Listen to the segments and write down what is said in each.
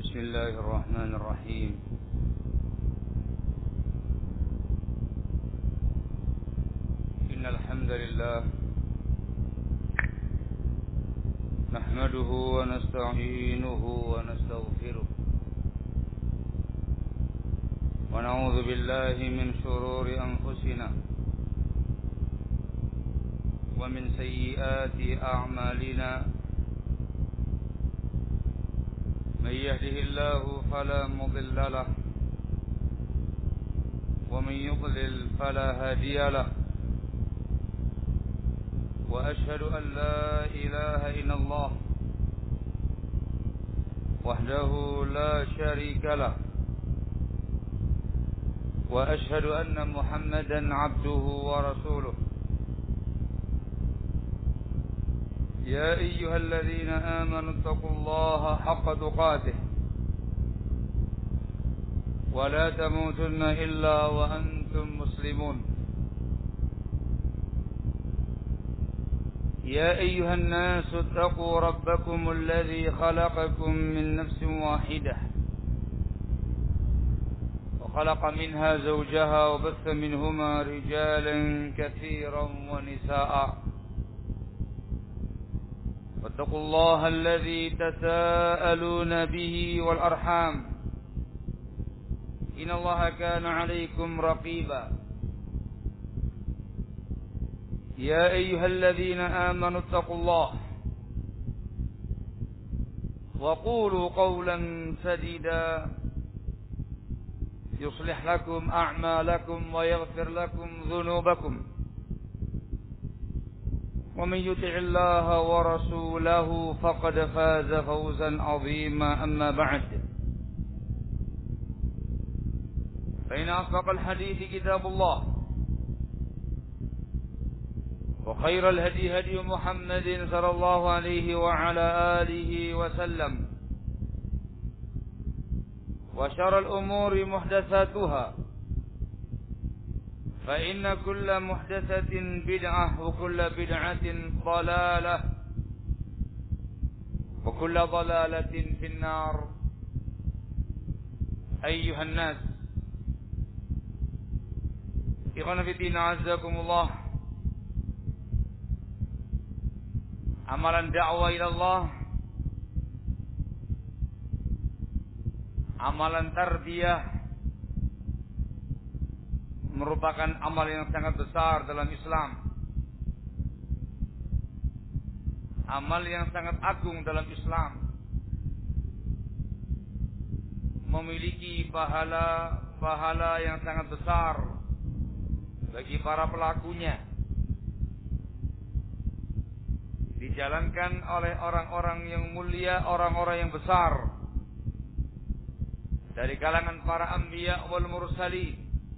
بسم الله الرحمن الرحيم إن الحمد لله نحمده ونستعينه ونستغفره ونعوذ بالله من شرور أنفسنا ومن سيئات أعمالنا من يهده الله فلا مضل له ومن يضلل فلا هادي له وأشهد أن لا إله إلا الله وحده لا شريك له وأشهد أن محمدا عبده ورسوله يا أيها الذين آمنوا اتقوا الله حق تقاته ولا تموتن إلا وأنتم مسلمون يا أيها الناس اتقوا ربكم الذي خلقكم من نفس واحدة وخلق منها زوجها وبث منهما رجالا كثيرا ونساء واتقوا الله الذي تساءلون به والأرحام إن الله كان عليكم رقيبا يا أيها الذين آمنوا اتقوا الله وقولوا قولا سديدا يصلح لكم أعمالكم ويغفر لكم ذنوبكم ومن يطع الله ورسوله فقد فاز فوزا عظيما أما بعد فإن أصدق الحديث كتاب الله وخير الهدي هدي محمد صلى الله عليه وعلى آله وسلم وشر الأمور محدثاتها فإن كل محدثة بدعة وكل بدعة ضلالة وكل ضلالة في النار أيها الناس إخوانا في الدين أعزكم الله amalan dakwah ila Allah, amalan tarbiyah merupakan amal yang sangat besar dalam Islam, amal yang sangat agung dalam Islam, memiliki pahala yang sangat besar bagi para pelakunya, dijalankan oleh orang-orang yang mulia, orang-orang yang besar dari kalangan para anbiya wal mursalin,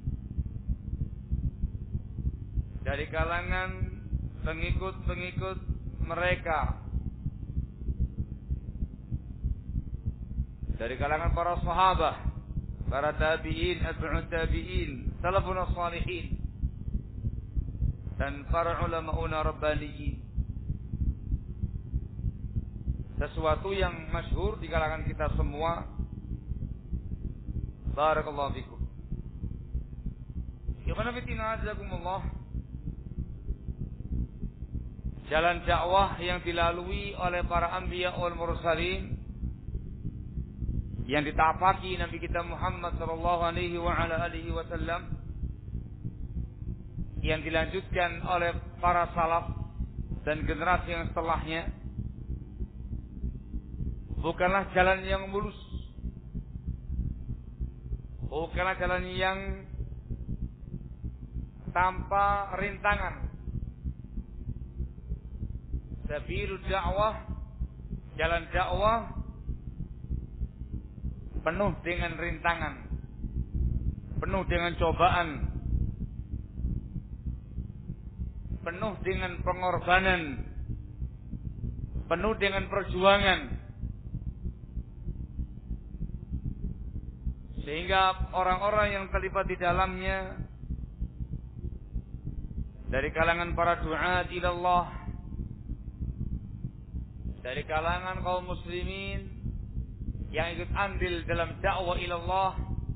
dari kalangan pengikut-pengikut mereka, dari kalangan para sahabat, para tabi'in, atba'ut tabi'in, salafun salihin, dan para ulama'una rabbaniyin. Sesuatu yang masyhur di kalangan kita semua. Barakallahu fikum. Ikhwan fillah azakumullah. Jalan dakwah yang dilalui oleh para anbiya wal mursalin, yang ditapaki Nabi kita Muhammad sallallahu alaihi wa ala alihi wasallam, yang dilanjutkan oleh para salaf dan generasi yang setelahnya, bukanlah jalan yang mulus, bukanlah jalan yang tanpa rintangan. Sabilud dakwah, jalan dakwah penuh dengan rintangan, penuh dengan cobaan, penuh dengan pengorbanan, penuh dengan perjuangan. Sehingga orang-orang yang terlibat di dalamnya dari kalangan para du'at ila Allah, dari kalangan kaum muslimin, yang ikut andil dalam dakwah ilallah,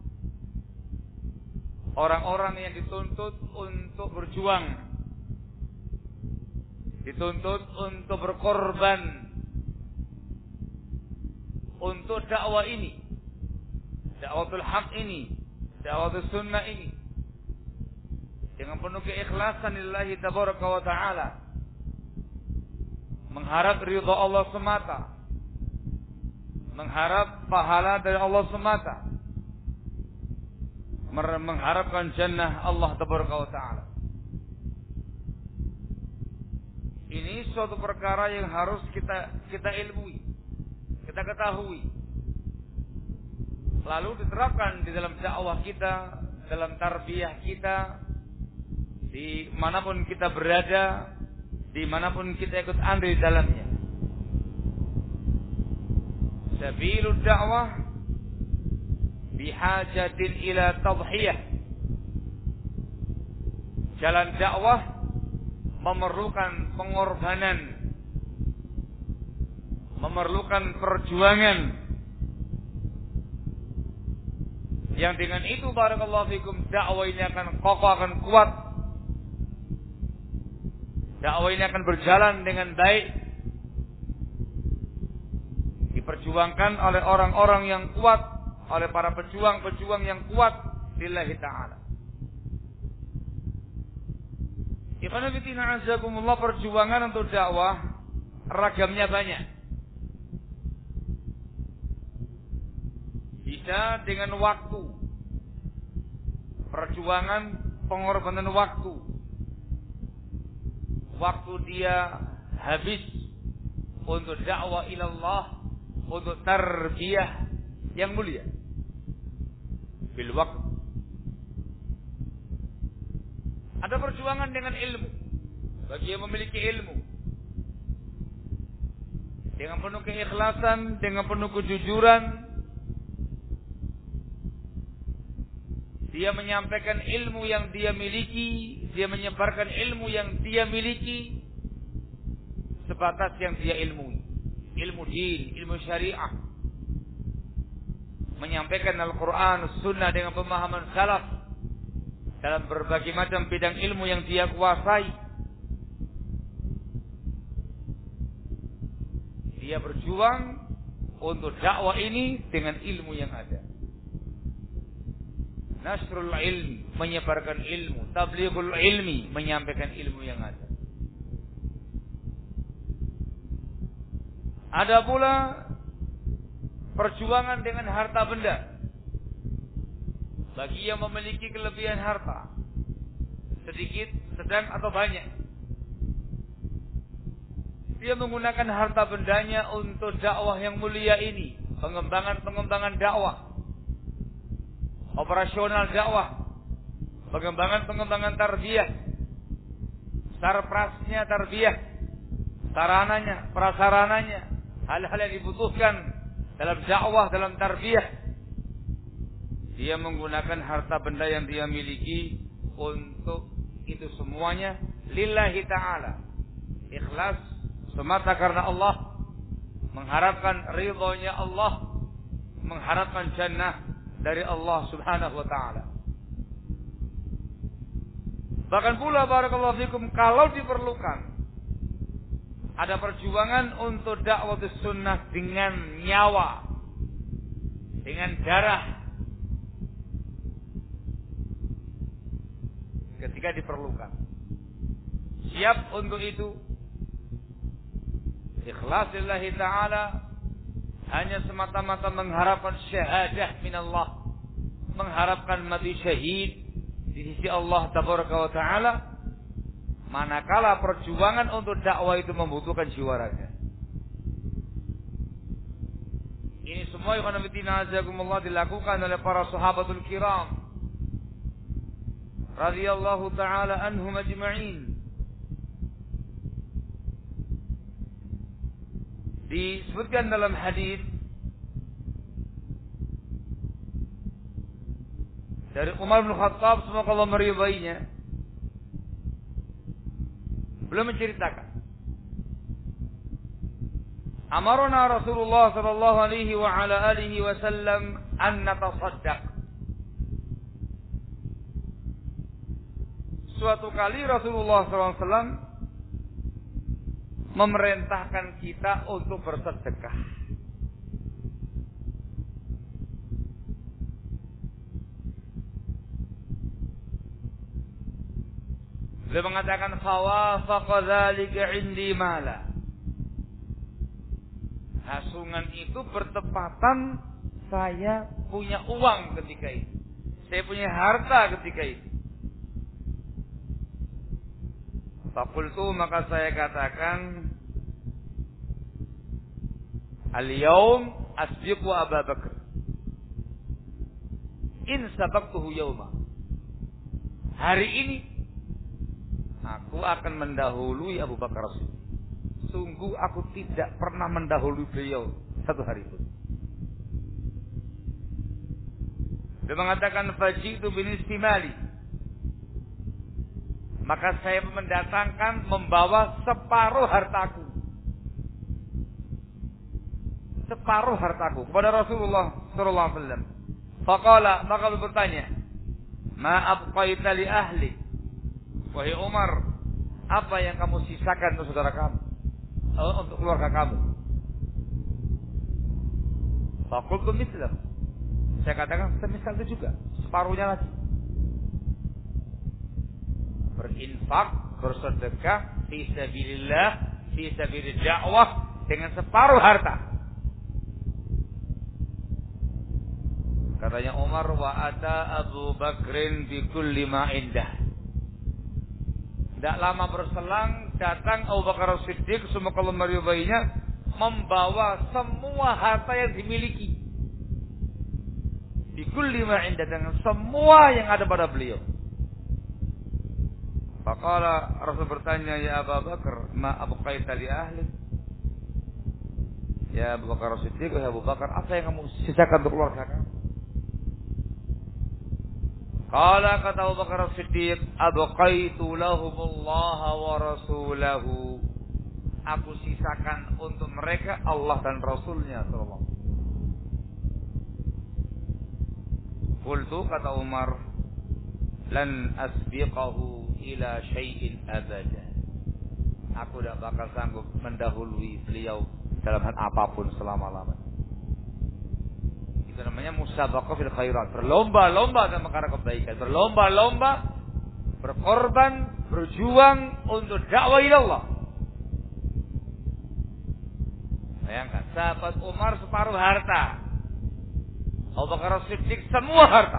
orang-orang yang dituntut untuk berjuang, dituntut untuk berkorban untuk dakwah ini, dakwatul haq ini, dakwatul sunnah ini, dengan penuh keikhlasan lillahi tabaraka wa ta'ala, mengharap ridha Allah semata, mengharap pahala dari Allah semata, mengharapkan jannah Allah tabaraka wa ta'ala. Ini suatu perkara yang harus kita ilmui, kita ketahui, lalu diterapkan di dalam dakwah kita, dalam tarbiyah kita, dimanapun kita berada, dimanapun kita ikut andil di dalamnya. Sabilud dakwah bihajatin ila tadhiyah. Jalan dakwah memerlukan pengorbanan, memerlukan perjuangan, yang dengan itu barakallahu fikum dakwah ini akan kokoh, akan kuat, dakwah ini akan berjalan dengan baik, diperjuangkan oleh orang-orang yang kuat, oleh para pejuang-pejuang yang kuat lillahi ta'ala. Ikhwan fillah azakumullah, perjuangan untuk dakwah ragamnya banyak. Bisa dengan waktu, perjuangan pengorbanan waktu. Waktu dia habis untuk dakwah ilallah, untuk tarbiyah yang mulia. Bil waktu. Ada perjuangan dengan ilmu. Bagi yang memiliki ilmu, dengan penuh keikhlasan, dengan penuh kejujuran, dia menyampaikan ilmu yang dia miliki, dia menyebarkan ilmu yang dia miliki sebatas yang dia ilmui, ilmu din, ilmu syariah, menyampaikan Al-Quran, Sunnah dengan pemahaman salaf dalam berbagai macam bidang ilmu yang dia kuasai. Dia berjuang untuk dakwah ini dengan ilmu yang ada. Nasrul ilmi, menyebarkan ilmu. Tablighul ilmi, menyampaikan ilmu yang ada. Ada pula perjuangan dengan harta benda. Bagi yang memiliki kelebihan harta, sedikit, sedang atau banyak, dia menggunakan harta bendanya untuk dakwah yang mulia ini, pengembangan dakwah, operasional dakwah, pengembangan tarbiyah, sarprasnya tarbiyah, sarananya, prasarananya, hal-hal yang dibutuhkan dalam dakwah, dalam tarbiyah. Dia menggunakan harta benda yang dia miliki untuk itu semuanya lillahi ta'ala, ikhlas semata karena Allah, mengharapkan ridhonya Allah, mengharapkan jannah dari Allah subhanahu wa ta'ala. Bahkan pula barakallahu fikum, kalau diperlukan ada perjuangan untuk dakwah sunnah dengan nyawa, dengan darah, ketika diperlukan, siap untuk itu, ikhlas lillahi ta'ala, hanya semata-mata mengharapkan syahadah minallah, mengharapkan mati syahid di sisi Allah tabaraka wa ta'ala, manakala perjuangan untuk dakwah itu membutuhkan jiwa raga. Ini semua ikhwan fillah azakumullah dilakukan oleh para sahabatul kiram radhiyallahu ta'ala anhum ajma'in. Disebutkan dalam hadis dari Umar bin Khattab, semoga Allah meridainya, beliau menceritakan Amarna Rasulullah sallallahu alaihi wa ala alihi wasallam an natasaddaq. Suatu kali Rasulullah sallallahu alaihi wasallam memerintahkan kita untuk bersedekah. Beliau mengatakan fawafaqa dzalika indi mala. Hasungan itu bertepatan saya punya uang ketika itu. Saya punya harta ketika itu. Faqultu, maka saya katakan, al-yaum asbiqu Abu Bakar. In sabaqtuhu yauma. Hari ini aku akan mendahului Abu Bakar Siddiq. Sungguh aku tidak pernah mendahului beliau satu hari pun. Dia mengatakan fajitu bin istimali. Maka saya mendatangkan membawa separuh hartaku. Separuh hartaku kepada Rasulullah sallallahu alaihi wasallam. Faqala, maka beliau bertanya, "Ma abqaita li ahli?" Wahai Umar, apa yang kamu sisakan untuk saudara kamu? Untuk keluarga kamu? Faqultu mithlah. Saya katakan semisal itu juga, separuhnya lagi. Berinfak, bersedekah fi sabilillah, fi sabilid dakwah dengan separuh harta. Katanya Umar, wa ata Abu Bakrin bi kulli ma indah. Tidak lama berselang, datang Abu Bakar Siddiq, semoga Allah meridainya, membawa semua harta yang dimiliki. Bikulli ma indah, dengan semua yang ada pada beliau. Faqala, Rasul bertanya, ya Abu Bakar, ma abqaita li ahli? Ya Abu Bakar Siddiq, ya Abu Bakar, apa yang kamu sisakan untuk keluarga kamu? Qala, kata Abu Bakar Siddiq, abqaitu lahumullah wa rasulahu. Aku sisakan untuk mereka Allah dan Rasulnya sallallahu alaihi wasallam. Qultu, kata Umar, lan asbiqahu ila syai'in abada. Aku tidak bakal sanggup mendahului beliau dalam hal apapun selama-lamanya. Itu namanya musabaqah fil khairat, berlomba-lomba dalam perkara kebaikan, berlomba-lomba, berkorban, berjuang untuk dakwah ila Allah. Bayangkan, sahabat Umar separuh harta, Abu Bakar Siddiq semua harta.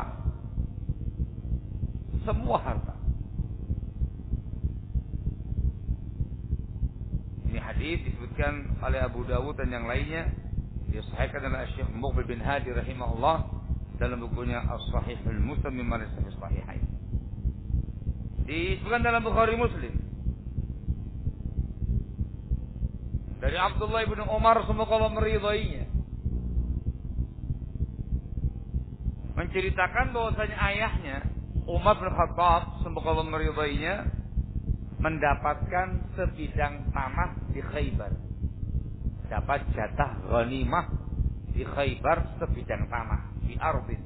Semua harta. Ini hadis disebutkan oleh Abu Dawud dan yang lainnya. Disahihkan oleh Syekh Muqbil bin Hadi rahimahullah dalam bukunya As-Sahihul Muslim mimma laysa fi sahihain. Disebutkan dalam Bukhari Muslim dari Abdullah bin Umar, semoga Allah meridainya, menceritakan bahwasanya ayahnya Umar bin Khattab, semoga Allah meridainya, mendapatkan sebidang tanah di Khaybar. Dapat jatah ghanimah di Khaybar sebidang tanah di Arbin.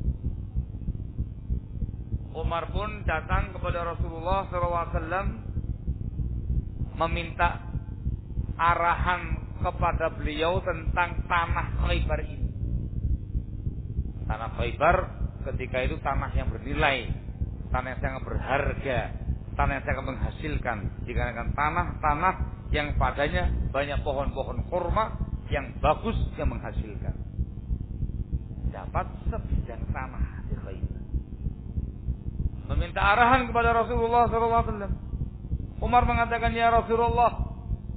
Umar pun datang kepada Rasulullah SAW meminta arahan kepada beliau tentang tanah Khaybar ini. Tanah Khaybar ketika itu tanah yang bernilai, tanah yang sangat berharga, tanah yang sangat menghasilkan, dikarenakan tanah-tanah yang padanya banyak pohon-pohon kurma yang bagus yang menghasilkan. Dapat sebidang tanah di Khaybar. Meminta arahan kepada Rasulullah SAW. Umar mengatakan, ya Rasulullah,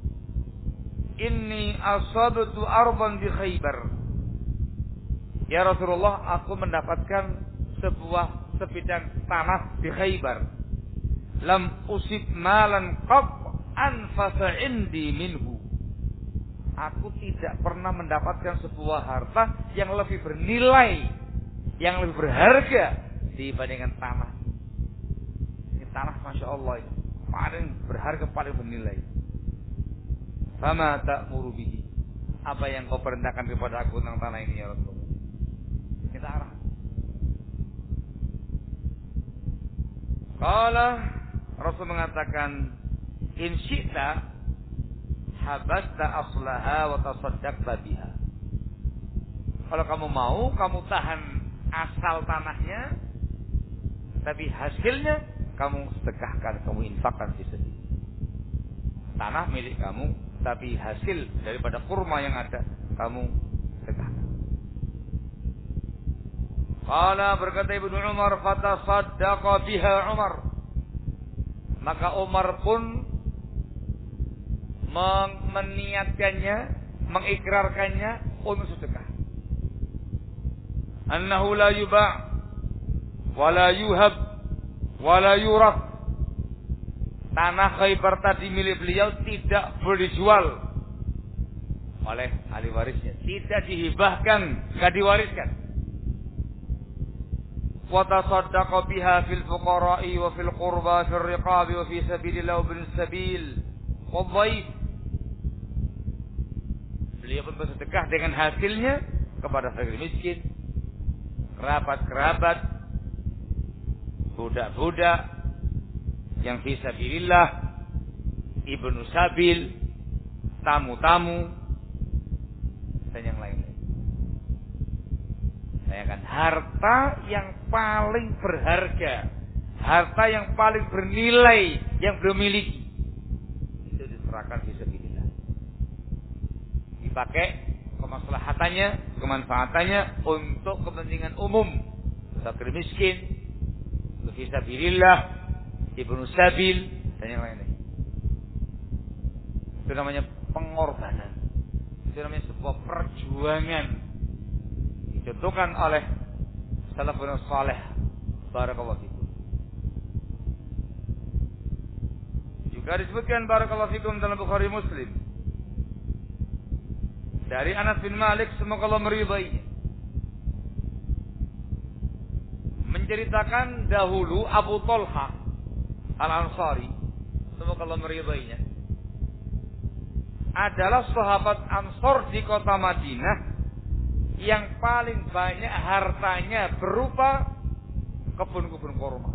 inni asabtu arban di Khaybar. Ya Rasulullah, aku mendapatkan sebuah sebidang tanah di Khaybar. Lam usib malan qat anfasa indi minhu. Aku tidak pernah mendapatkan sebuah harta yang lebih bernilai, yang lebih berharga dibandingkan tanah. Ini tanah, masya Allah, ini paling berharga, paling bernilai. Fama ta'muru bihi. apa yang kau perintahkan kepada aku tentang tanah ini ya Rasul. Kita arah. Qala Rasul mengatakan, in syi'ta habasta aslaha wa tasaddaqta biha. Kalau kamu mau, kamu tahan asal tanahnya, tapi hasilnya kamu sedekahkan, kamu infakkan fi sabilillah. Tanah milik kamu, tapi hasil daripada kurma yang ada kamu sedekahkan. Qala berkata Ibnu Umar, fatasaddaqa biha Umar. Maka Umar pun meniatkannya, mengikrarkannya untuk sedekah. Annahu la yuba' wa la yuhab wa la yuraf. Tanah Khaybar tadi milik beliau tidak boleh dijual oleh ahli warisnya, tidak dihibahkan, tidak diwariskan. Wa tasaddaqa biha fil fuqara'i wa fil qurba fil riqabi wa fi sabilillah wa bil sabil wa dhaif. Beliau pun bersedekah dengan hasilnya kepada fakir miskin, kerabat-kerabat, budak-budak yang fi sabilillah, ibnu sabil, tamu-tamu, dan yang lain-lain. Bayangkan, harta yang paling berharga, harta yang paling bernilai yang beliau miliki, itu diserahkan fi sabilillah. Dipakai kemaslahatannya, kemanfaatannya untuk kepentingan umum, fakir miskin, fi sabilillah, ibnu sabil, dan yang lain-lain. Itu namanya pengorbanan. Itu namanya sebuah perjuangan. Dicontohkan oleh salafun salih. Barakallahu fikum. Juga disebutkan barakallahu fikum dalam Bukhari Muslim dari Anas bin Malik, semoga Allah meridainya, menceritakan dahulu Abu Talha Al-Ansari, semoga Allah meridainya, adalah sahabat Ansor di kota Madinah yang paling banyak hartanya berupa kebun-kebun kurma.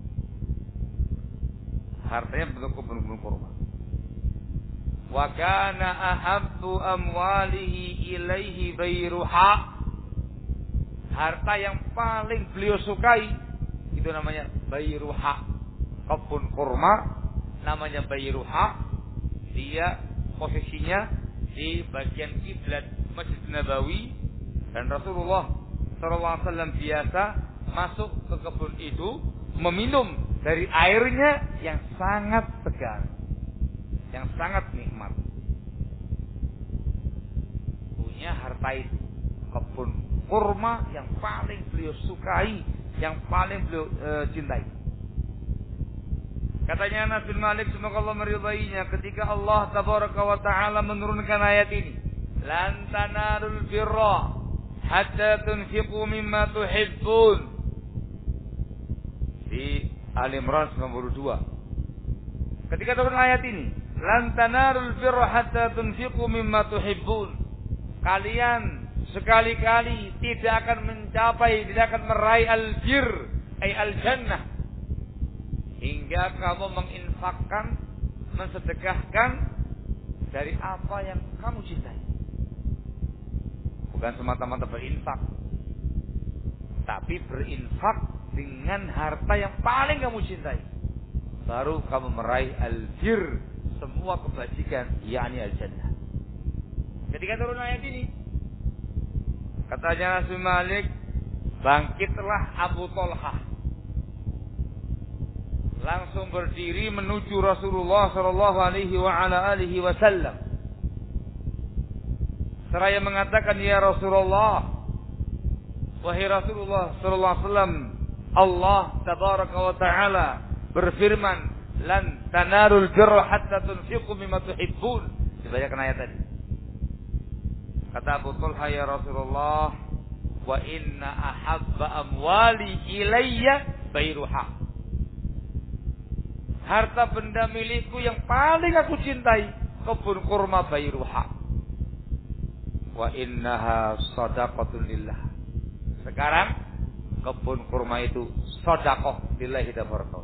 Hartanya bentuk kebun-kebun kurma. Wa kana ahabbu amwalihi ilaihi bayruha. Harta yang paling beliau sukai itu namanya bayruha. Kebun kurma namanya bayruha. Dia posisinya di bagian kiblat Masjid Nabawi, dan Rasulullah SAW biasa masuk ke kebun itu meminum dari airnya yang sangat segar, yang sangat nikmat. Punya harta itu, kebun kurma yang paling beliau sukai, yang paling beliau cintai. Katanya Anas bin Malik, semoga Allah meridainya, ketika Allah tabaraka wa ta'ala menurunkan ayat ini, lan tanalul birra hatta tunfiqu mimma tuhibbun, di Ali Imran 92. Ketika turun ayat ini, lan tanalul birra hatta tunfiqu mimma tuhibbun, kalian sekali-kali tidak akan mencapai, tidak akan meraih al-bir, ay al-jannah, hingga kamu menginfakkan, mensedekahkan dari apa yang kamu cintai. Bukan semata-mata berinfak, tapi berinfak dengan harta yang paling kamu cintai. Baru kamu meraih al-bir, semua kebajikan, yakni al-jannah. Ketika turun ayat ini, katanya Nabi Malik, bangkitlah Abu Talha, langsung berdiri menuju Rasulullah sallallahu alaihi wasallam. Seraya mengatakan, ya Rasulullah, wahai Rasulullah sallallahu alaihi wasallam, Allah tabaraka wa taala berfirman, lan tanalul birra hatta tunfiqu mimma tuhibbun. Dibacakan ayat tadi. Kata Abu Talha, ya Rasulullah, wa inna ahabba amwali ilayya bayruha. Harta benda milikku yang paling aku cintai kebun kurma bayruha. wa innaha shadaqatun lillah. Sekarang kebun kurma itu sedekah lillahi tabaraka.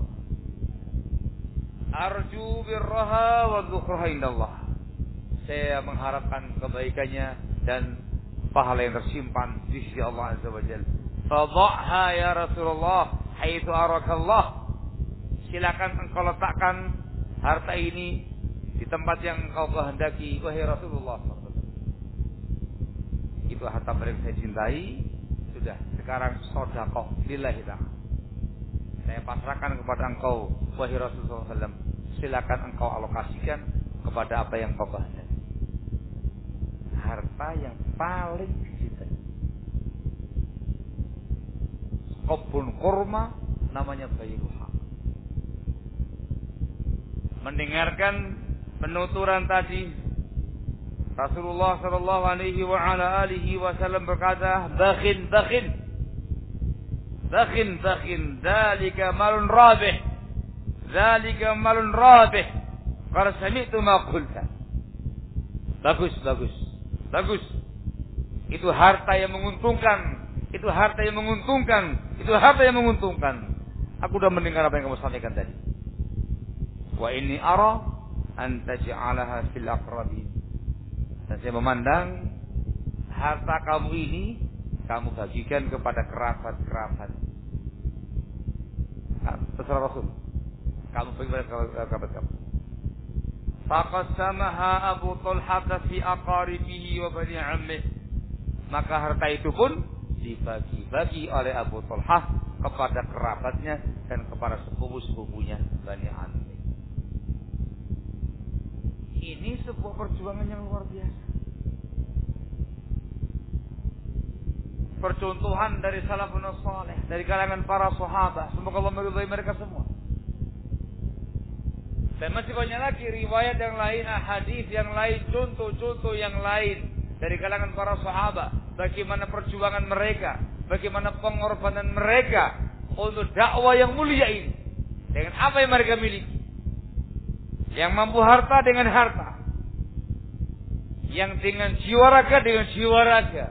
Arju birraha wa dzukruha indallah. Saya mengharapkan kebaikannya dan pahala yang tersimpan di sisi Allah Azza wa Jalla. Fadha'ha ya Rasulullah haitsu arakallah. Silakan engkau letakkan harta ini di tempat yang engkau kehendaki wahai Rasulullah. Itu harta paling saya cintai. Sudah, sekarang sedekah lillahi ta'ala. Saya pasrahkan kepada engkau wahai Rasulullah SAW. Silakan engkau alokasikan kepada apa yang engkau kehendaki. Harta yang paling dicintai. Kebun kurma namanya bayruha. Mendengarkan penuturan tadi, Rasulullah sallallahu alaihi wa ala alihi wasallam berkata, "Bakhin, bakhin. Bakhin, bakhin. Dzalika malun rabih. Dzalika malun rabih. Qad sami'tu ma qulta." Bagus, bagus. Bagus. Itu harta yang menguntungkan. Itu harta yang menguntungkan. Itu harta yang menguntungkan. Aku sudah mendengar apa yang kamu sampaikan tadi. Wa inni ara an taj'alaha fil aqrabin. Dan saya memandang harta kamu ini kamu bagikan kepada kerabat-kerabat. Terserah Rasul. Kamu bagi kepada kerabat kamu. Faqassamaha Abu Talhah fi aqaribihi wa bani ammih. Maka harta itu pun dibagi-bagi oleh Abu Talhah kepada kerabatnya dan kepada sepupu-sepupunya Bani Ammih. Ini sebuah perjuangan yang luar biasa. Percontohan dari salafun saleh, dari kalangan para sahabat. Semoga Allah meridai mereka semua. Dan masih banyak lagi riwayat yang lain, hadis yang lain, contoh-contoh yang lain dari kalangan para sahabat. Bagaimana perjuangan mereka, bagaimana pengorbanan mereka untuk dakwah yang mulia ini. Dengan apa yang mereka miliki. Yang mampu harta dengan harta. Yang dengan jiwa raga dengan jiwa raga.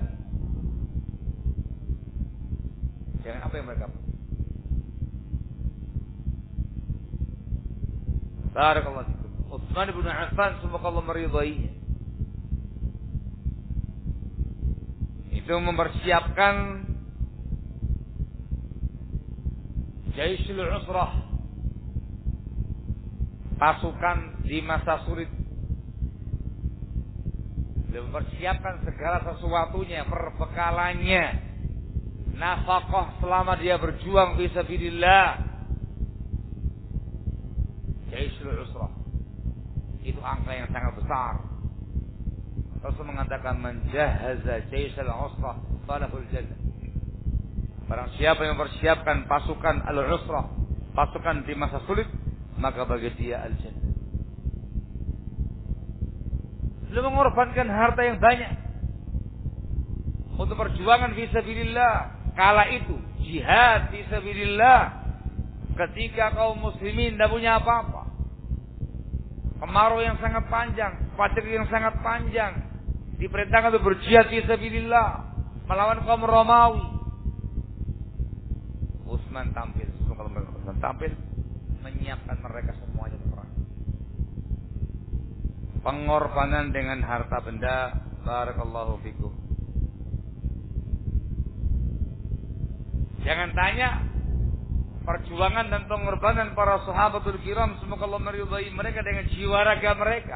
Dengan apa yang mereka mampu. Barakallahu fikum. Utsman bin Affan semoga Allah meridainya. Itu mempersiapkan Jaisul Usrah, pasukan di masa sulit. Dia mempersiapkan segala sesuatunya, perbekalannya, nafkah selama dia berjuang fi sabilillah. Jaisul Usrah itu angka yang sangat besar. Rasul mengatakan menjahaza jaisul usrah falahul jannah. Barang siapa yang mempersiapkan pasukan al-usrah, pasukan di masa sulit, maka bagi dia al-jannah. Beliau mengorbankan harta yang banyak untuk perjuangan fisabilillah. Kala itu jihad fisabilillah. Ketika kaum muslimin tidak punya apa-apa, kemarau yang sangat panjang, pasir yang sangat panjang, diperintahkan untuk berjihad fisabilillah melawan kaum Romawi. Utsman tampil, menyiapkan mereka semuanya perang. Pengorbanan dengan harta benda. Barakallahu fikum. Jangan tanya perjuangan dan pengorbanan para sahabatul kiram, semoga Allah meridai mereka dengan jiwa raga mereka.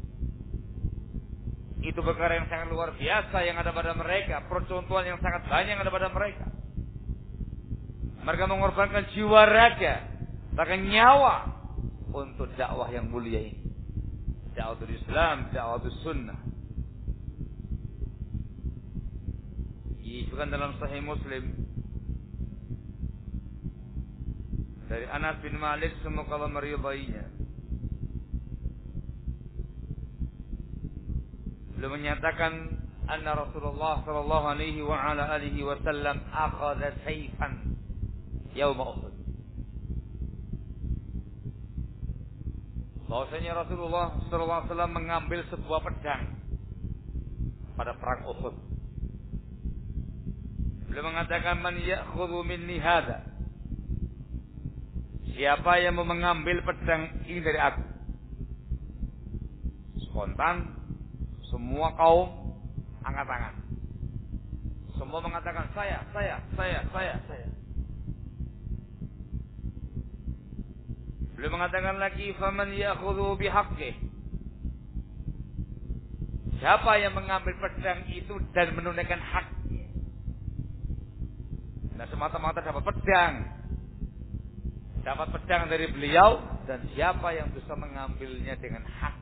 Itu perkara yang sangat luar biasa yang ada pada mereka. Percontohan yang sangat banyak yang ada pada mereka. Mereka mengorbankan jiwa raga, bahkan nyawa untuk dakwah yang mulia ini. Da'watul Islam, da'watul sunnah. Disebutkan dalam Sahih Muslim dari Anas bin Malik, semoga Allah meridainya. Beliau menyatakan anna Rasulullah sallallahu alaihi wa ala alihi wasallam akhadha sayfan yaum Uhud. Bahwasanya Rasulullah sallallahu alaihi wasallam mengambil sebuah pedang pada perang Uhud. Beliau mengatakan, man ya'khudhu minni hadha, siapa yang mau mengambil pedang ini dari aku? Spontan semua kaum angkat tangan. Semua mengatakan saya. Beliau mengatakan lagi, faman ya'khudhu bihaqqih, siapa yang mengambil pedang itu dan menunaikan haknya. Nah, semata-mata dapat pedang dari beliau, dan siapa yang bisa mengambilnya dengan hak.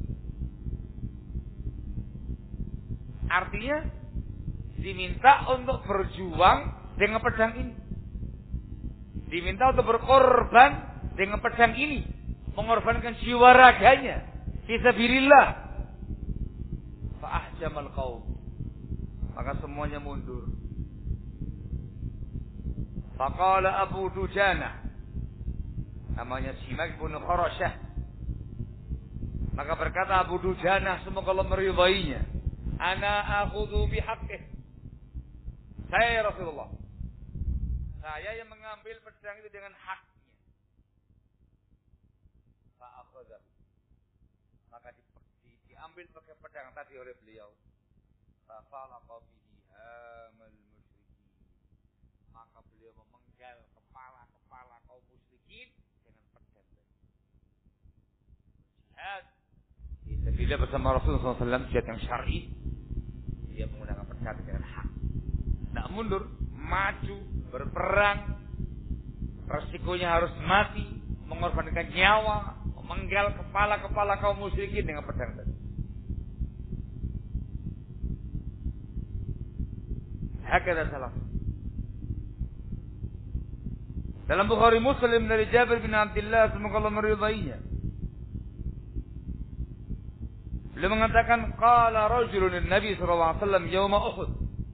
Artinya diminta untuk berjuang dengan pedang ini, diminta untuk berkorban dengan pedang ini, mengorbankan jiwa raganya fisabilillah. Fa'ahjamal qaum, maka semuanya mundur. Faqala Abu Dujanah, namanya Simak bin Kharasyah, maka berkata Abu Dujanah, semoga Allah meridainya, ana akhudhu bihaqqih, saya ya Rasulullah, saya yang mengambil pedang itu dengan haknya. Fa'akhadhahu, maka diambil pakai pedang tadi oleh beliau. Fa'falaqa bihi hamal musyrikin, maka beliau memenggal kepala kaum musyrikin dengan pedang tadi. Jihad fisabilillah bersama Rasulullah SAW, jihad yang syar'i, dia menggunakan pedang dengan hak. Tidak mundur, maju, berperang, resikonya harus mati, mengorbankan nyawa, memenggal kepala kaum musyrikin dengan pedang tadi. Hakada salaf. Dalam Bukhari Muslim dari Jabir bin Abdullah, semoga Allah meridainya, beliau mengatakan, qala rajulun Nabi sallallahu alaihi wasallam yauma Uhud,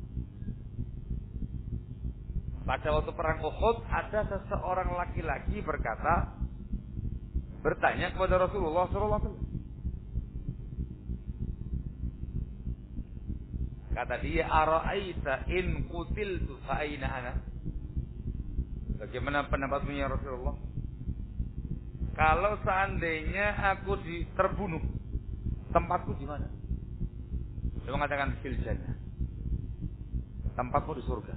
pada waktu perang Uhud ada seseorang laki-laki bertanya kepada Rasulullah sallallahu alaihi wasallam. Kata dia, ara'aita in qutiltu fa aina ana? Bagaimana pendapatmu ya Rasulullah? Kalau seandainya aku terbunuh, tempatku di mana? Dia mengatakan fil jannah, tempatmu di surga.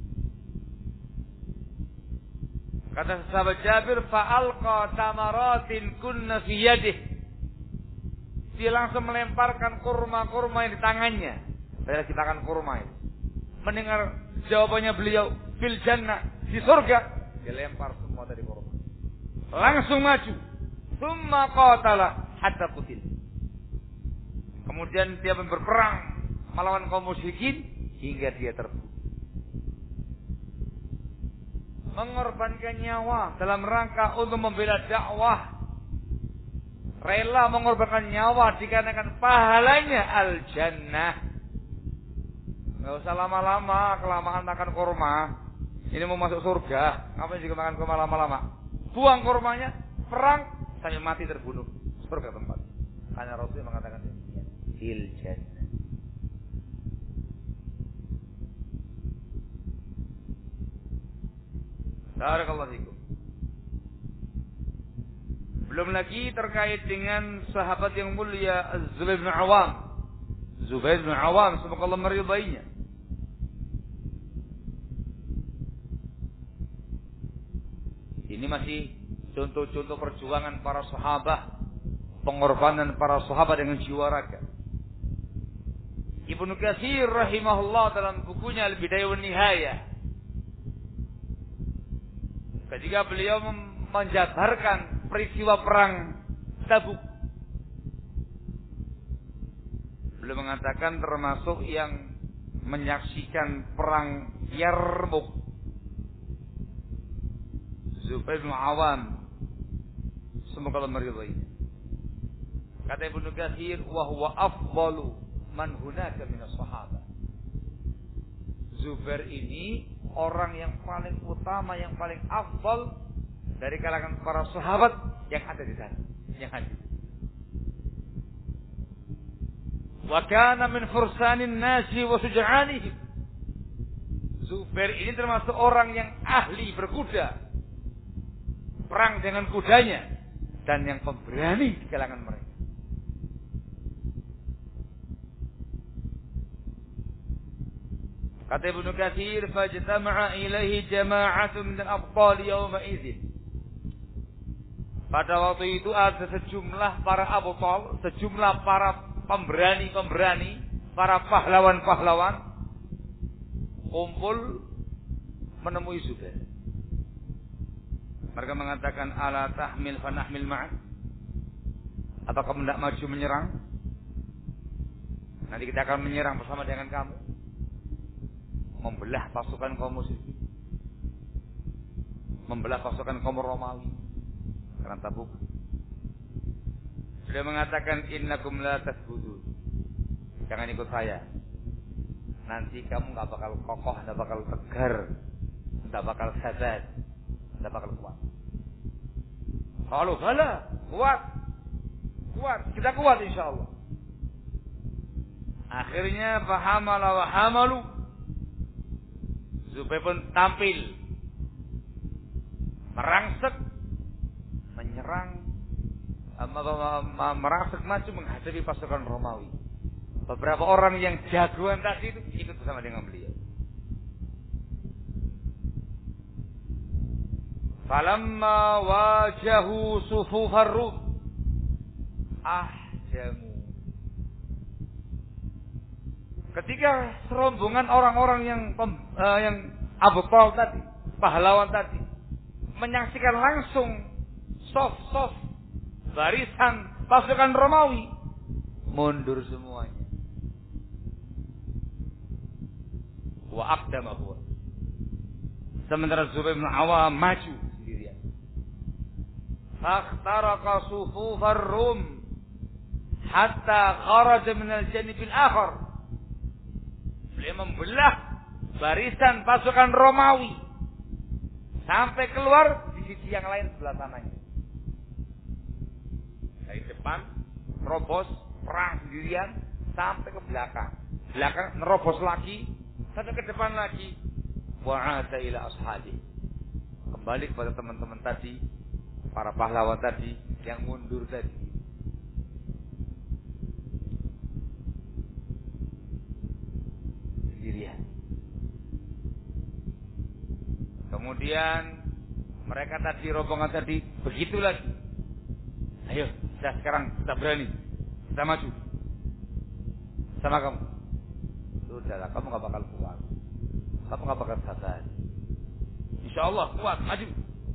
Kata sahabat Jabir, fa'alqa tamaratin kunna fi yadih, dia langsung melemparkan kurma-kurma yang di tangannya. Saya lagi makan kurma itu. Mendengar jawabannya beliau fil jannah, di surga, dia lempar semua dari kurma, langsung maju. Tsumma qatala hatta qutil, kemudian dia berperang melawan kaum musyrikin hingga dia terbunuh. Mengorbankan nyawa dalam rangka untuk membela dakwah, rela mengorbankan nyawa dikarenakan pahalanya al-jannah. Nggak usah lama-lama, kelamaan makan kurma. Ini mau masuk surga, ngapain juga makan kurma lama-lama? Buang kurmanya, perang sampai mati terbunuh, surga tempat. Hanya Rasul mengatakan demikian. Fil jannah. Barakallahu fikum. Belum lagi terkait dengan sahabat yang mulia Zubair bin Awam. Zubair bin Awam, semoga Allah meridainya. Ini masih contoh-contoh perjuangan para sahabat, pengorbanan para sahabat dengan jiwa raga. Ibnu Katsir rahimahullah dalam bukunya Al-Bidayah wan Nihayah, ketika beliau menjabarkan peristiwa perang Tabuk, beliau mengatakan termasuk yang menyaksikan perang Yarmuk Zubair bin Awam, semoga Allah meridainya. Kata Ibnu Katsir, wa huwa afdalu man hunaka minas sahabat. Zubair ini orang yang paling utama, yang paling afdal dari kalangan para sahabat yang ada di sana, yang hadir. Wa kana min fursanin nasi wa suja'anihim. Zubair ini termasuk orang yang ahli berkuda, perang dengan kudanya, dan yang pemberani di kalangan mereka. Kata Ibnu Katsir, fajtama'a ilaihi jama'atun min al-abtal yawma idzin. Pada waktu itu ada sejumlah para abtal, sejumlah para pemberani-pemberani, para pahlawan-pahlawan kumpul menemui Zubair. Mereka mengatakan, ala tahmil fanahmil ma'ak. Apakah kamu tidak maju menyerang? Nanti kita akan menyerang bersama dengan kamu, membelah pasukan kaum musyrikin, membelah pasukan kaum Romawi karena Tabuk. Sudah mengatakan, innakum la tasbudun, jangan ikut saya. Nanti kamu nggak bakal kokoh, nggak bakal tegar, nggak bakal sadat, nggak bakal kuat. Kalau bala kuat, kita kuat insya Allah. Akhirnya fahamala wa hamalu. Zubair pun tampil, merangsek, menyerang, merangsek maju menghadapi pasukan Romawi. Beberapa orang yang jagoan tadi itu ikut bersama dengan beliau. Falamma wajahu sufufar Rum ahjamu. Ketika serombongan orang-orang yang abtal tadi, pahlawan tadi, menyaksikan langsung sof barisan pasukan Romawi, mundur semuanya. Wa aqdamahu. Sementara Zubair bin Awam maju sendirian. Fakhtaraqa sufufar Rum hatta kharaja min al-janib al-akhar. Beliau membelah barisan pasukan Romawi sampai keluar di sisi yang lain sebelah sananya. Dari depan nerobos perang sendirian sampai ke belakang. Belakang nerobos lagi sampai ke depan lagi. Wa'ada ila ashabi. Kembali kepada teman-teman tadi, para pahlawan tadi yang mundur tadi. Sendirian. Kemudian mereka tadi, rombongan tadi begitu lagi. Ayo, sekarang kita berani, kita maju sama kamu. Sudahlah, kamu gak bakal kuat, kamu gak bakal sabar. Insya Allah kuat, maju.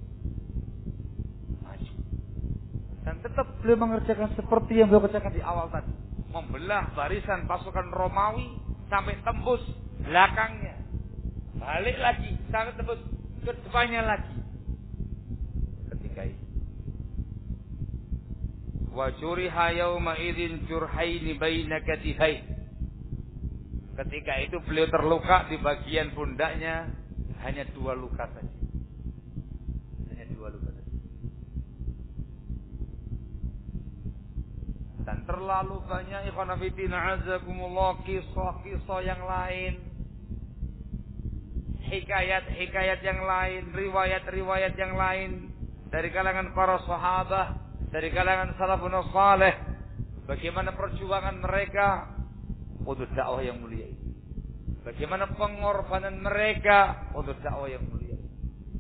Dan tetap beliau mengerjakan seperti yang beliau kerjakan di awal tadi, membelah barisan pasukan Romawi sampai tembus belakangnya, balik lagi sampai tembus ke depannya lagi. Ketika itu wa juriha yauma idzin jurhaini baina katifai. Ketika itu beliau terluka di bagian pundaknya, hanya 2 luka saja. Hanya 2 luka saja. Dan terlalu banyak ikhwan fillah azakumullah kisah-kisah yang lain, hikayat-hikayat yang lain, riwayat-riwayat yang lain dari kalangan para sahabat, dari kalangan salafun saleh, bagaimana perjuangan mereka untuk dakwah yang mulia ini, bagaimana pengorbanan mereka untuk dakwah yang mulia ini.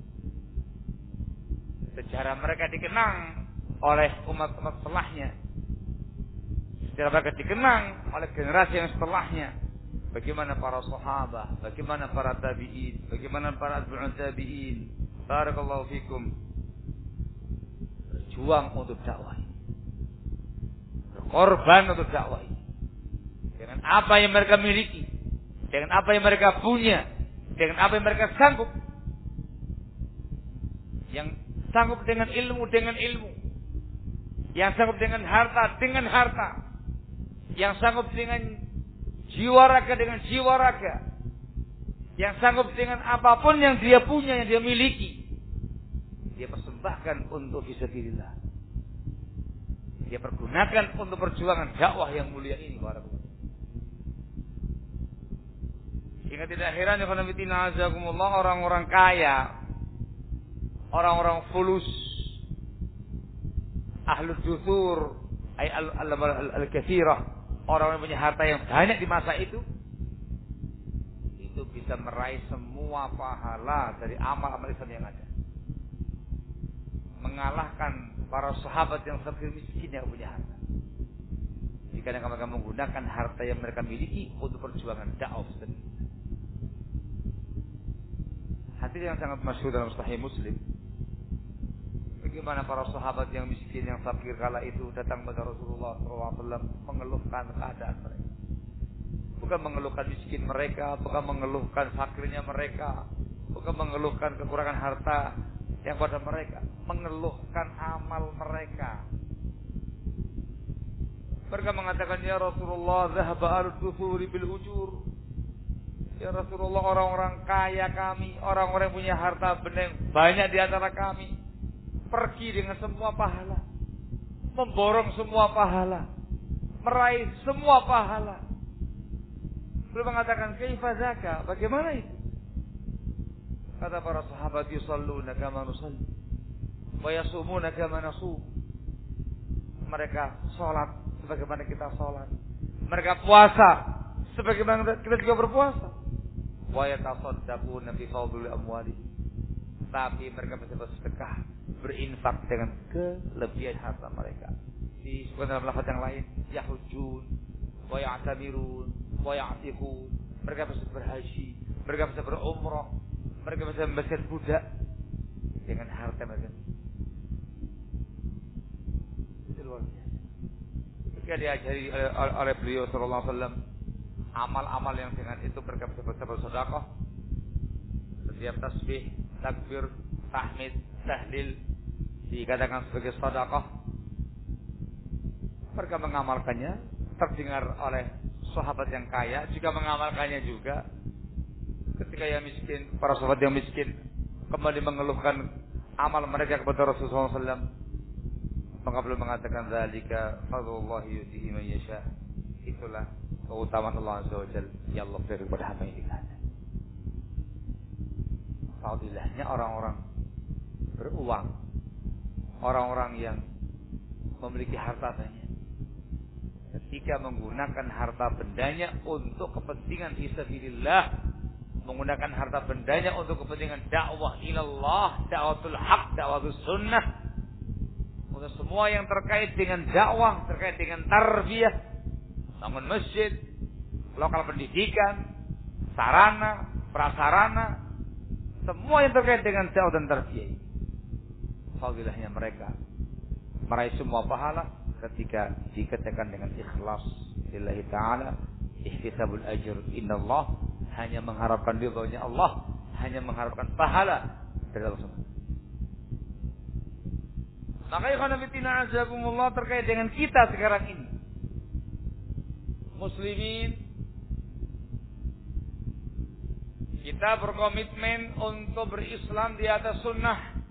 Sejarah mereka dikenang oleh umat-umat setelahnya, sejarah mereka dikenang oleh generasi yang setelahnya. Bagaimana para sahabat, bagaimana para tabi'in, bagaimana para atba'ut tabi'in, barakallahu fikum, berjuang untuk dakwah ini, berkorban untuk dakwah ini, dengan apa yang mereka miliki, dengan apa yang mereka punya, dengan apa yang mereka sanggup. Yang sanggup dengan ilmu, yang sanggup dengan harta, yang sanggup dengan jiwa raga, yang sanggup dengan apapun yang dia punya, yang dia miliki, dia persembahkan untuk fisabilillah. Dia pergunakan untuk perjuangan dakwah yang mulia ini. Hingga tidak heran ya khonafidina azakumullah, orang-orang kaya, orang-orang fulus, ahlul dusur, al-katsirah, orang yang punya harta yang banyak di masa itu bisa meraih semua pahala dari amal-amal Islam yang ada. Mengalahkan para sahabat yang fakir miskin yang punya harta. Jika mereka menggunakan harta yang mereka miliki untuk perjuangan dakwah sendiri. Hadis yang sangat masyhur dalam Sahih Muslim. Bagaimana para sahabat yang miskin yang fakir kala itu datang kepada Rasulullah SAW mengeluhkan keadaan mereka. Bukan mengeluhkan miskin mereka, bukan mengeluhkan fakirnya mereka, bukan mengeluhkan kekurangan harta yang pada mereka, mengeluhkan amal mereka. Mereka mengatakan, ya Rasulullah, zahaba al-dusuri bil ujur. Ya Rasulullah, orang-orang kaya kami, orang-orang yang punya harta benda banyak di antara kami, pergi dengan semua pahala, memborong semua pahala, meraih semua pahala. Beliau mengatakan, kaifa zaka? Bagaimana itu? Kata para sahabat, yusalluna kama nusalli wa yasumuna kama nasum. Mereka salat sebagaimana kita salat. Mereka puasa sebagaimana kita juga berpuasa. Wa yatasaddaquna bi fadli amwalihim. Tapi mereka bisa bersedekah, berinfak dengan kelebihan harta mereka. Disebutkan dalam lafaz yang lain, yahujjun wa ya'tamirun wa ya'tiqun. Mereka bisa berhaji, mereka bisa berumrah, mereka bisa membebaskan budak dengan harta mereka. Itu luar biasa. Ketika diajari oleh beliau sallallahu alaihi wasallam amal-amal yang dengan itu mereka bisa bersedekah. Setiap tasbih, takbir, tahmid, tahlil dikatakan sebagai sedekah. Mereka mengamalkannya, terdengar oleh sahabat yang kaya juga mengamalkannya juga. Ketika yang miskin, para sahabat yang miskin kembali mengeluhkan amal mereka kepada Rasulullah SAW, maka beliau mengatakan, zalika fadlullahi yutihi man yasha. Itulah keutamaan Allah Azza wa Jalla yang Allah beri kepada hamba yang dikasihi. Fadilahnya orang-orang beruang, orang-orang yang memiliki harta banyak, ketika menggunakan harta bendanya untuk kepentingan fisabilillah, menggunakan harta bendanya untuk kepentingan dakwah ilallah, dakwatul haq, dakwatul sunnah, untuk semua yang terkait dengan dakwah, terkait dengan tarbiyah, bangun masjid, lokal pendidikan, sarana, prasarana, semua yang terkait dengan dakwah dan tarbiyah. Fadilahnya mereka meraih semua pahala ketika dikerjakan dengan ikhlas lillahi ta'ala, ihtisabul ajr indallah, hanya mengharapkan ridhonya Allah, hanya mengharapkan pahala dari Allah SWT. Maka ikhwanafitina azakumullah, terkait dengan kita sekarang ini muslimin, kita berkomitmen untuk berislam di atas sunnah.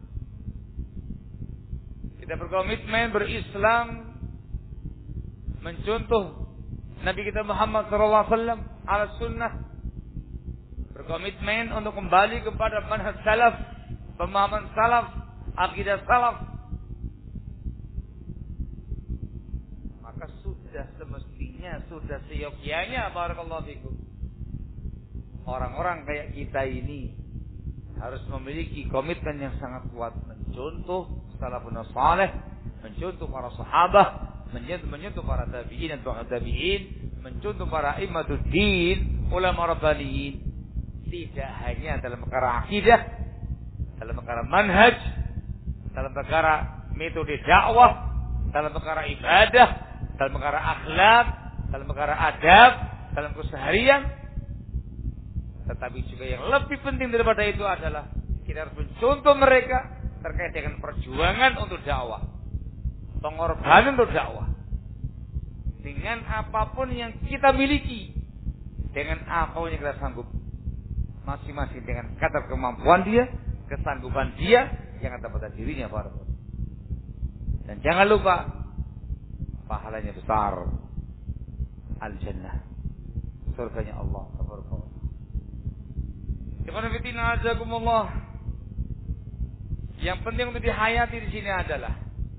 Kita berkomitmen berislam mencontoh Nabi kita Muhammad SAW ala sunnah. Berkomitmen untuk kembali kepada manhaj salaf, pemahaman salaf, akidah salaf. Maka sudah semestinya, sudah seyogyanya, barakallahu fikum, orang-orang kayak kita ini harus memiliki komitmen yang sangat kuat mencontoh salafun salih, mencontoh para sahabat, mencontoh para tabi'in dan tabi'in, mencontoh para imatuddin, ulama rabbaniyin. Tidak hanya dalam perkara akidah, dalam perkara manhaj, dalam perkara metode dakwah, dalam perkara ibadah, dalam perkara akhlak, dalam perkara adab, dalam keseharian. Tetapi juga yang lebih penting daripada itu adalah kita harus mencontoh mereka terkait dengan perjuangan untuk dakwah, pengorbanan untuk dakwah, dengan apapun yang kita miliki, dengan apapun yang kita sanggup, masing-masing dengan kadar kemampuan dia, kesanggupan dia yang ada pada dirinya, para. Dan jangan lupa pahalanya besar, al-jannah, surganya Allah. Ikhwan fillah azakumullah. Yang penting untuk dihayati di sini adalah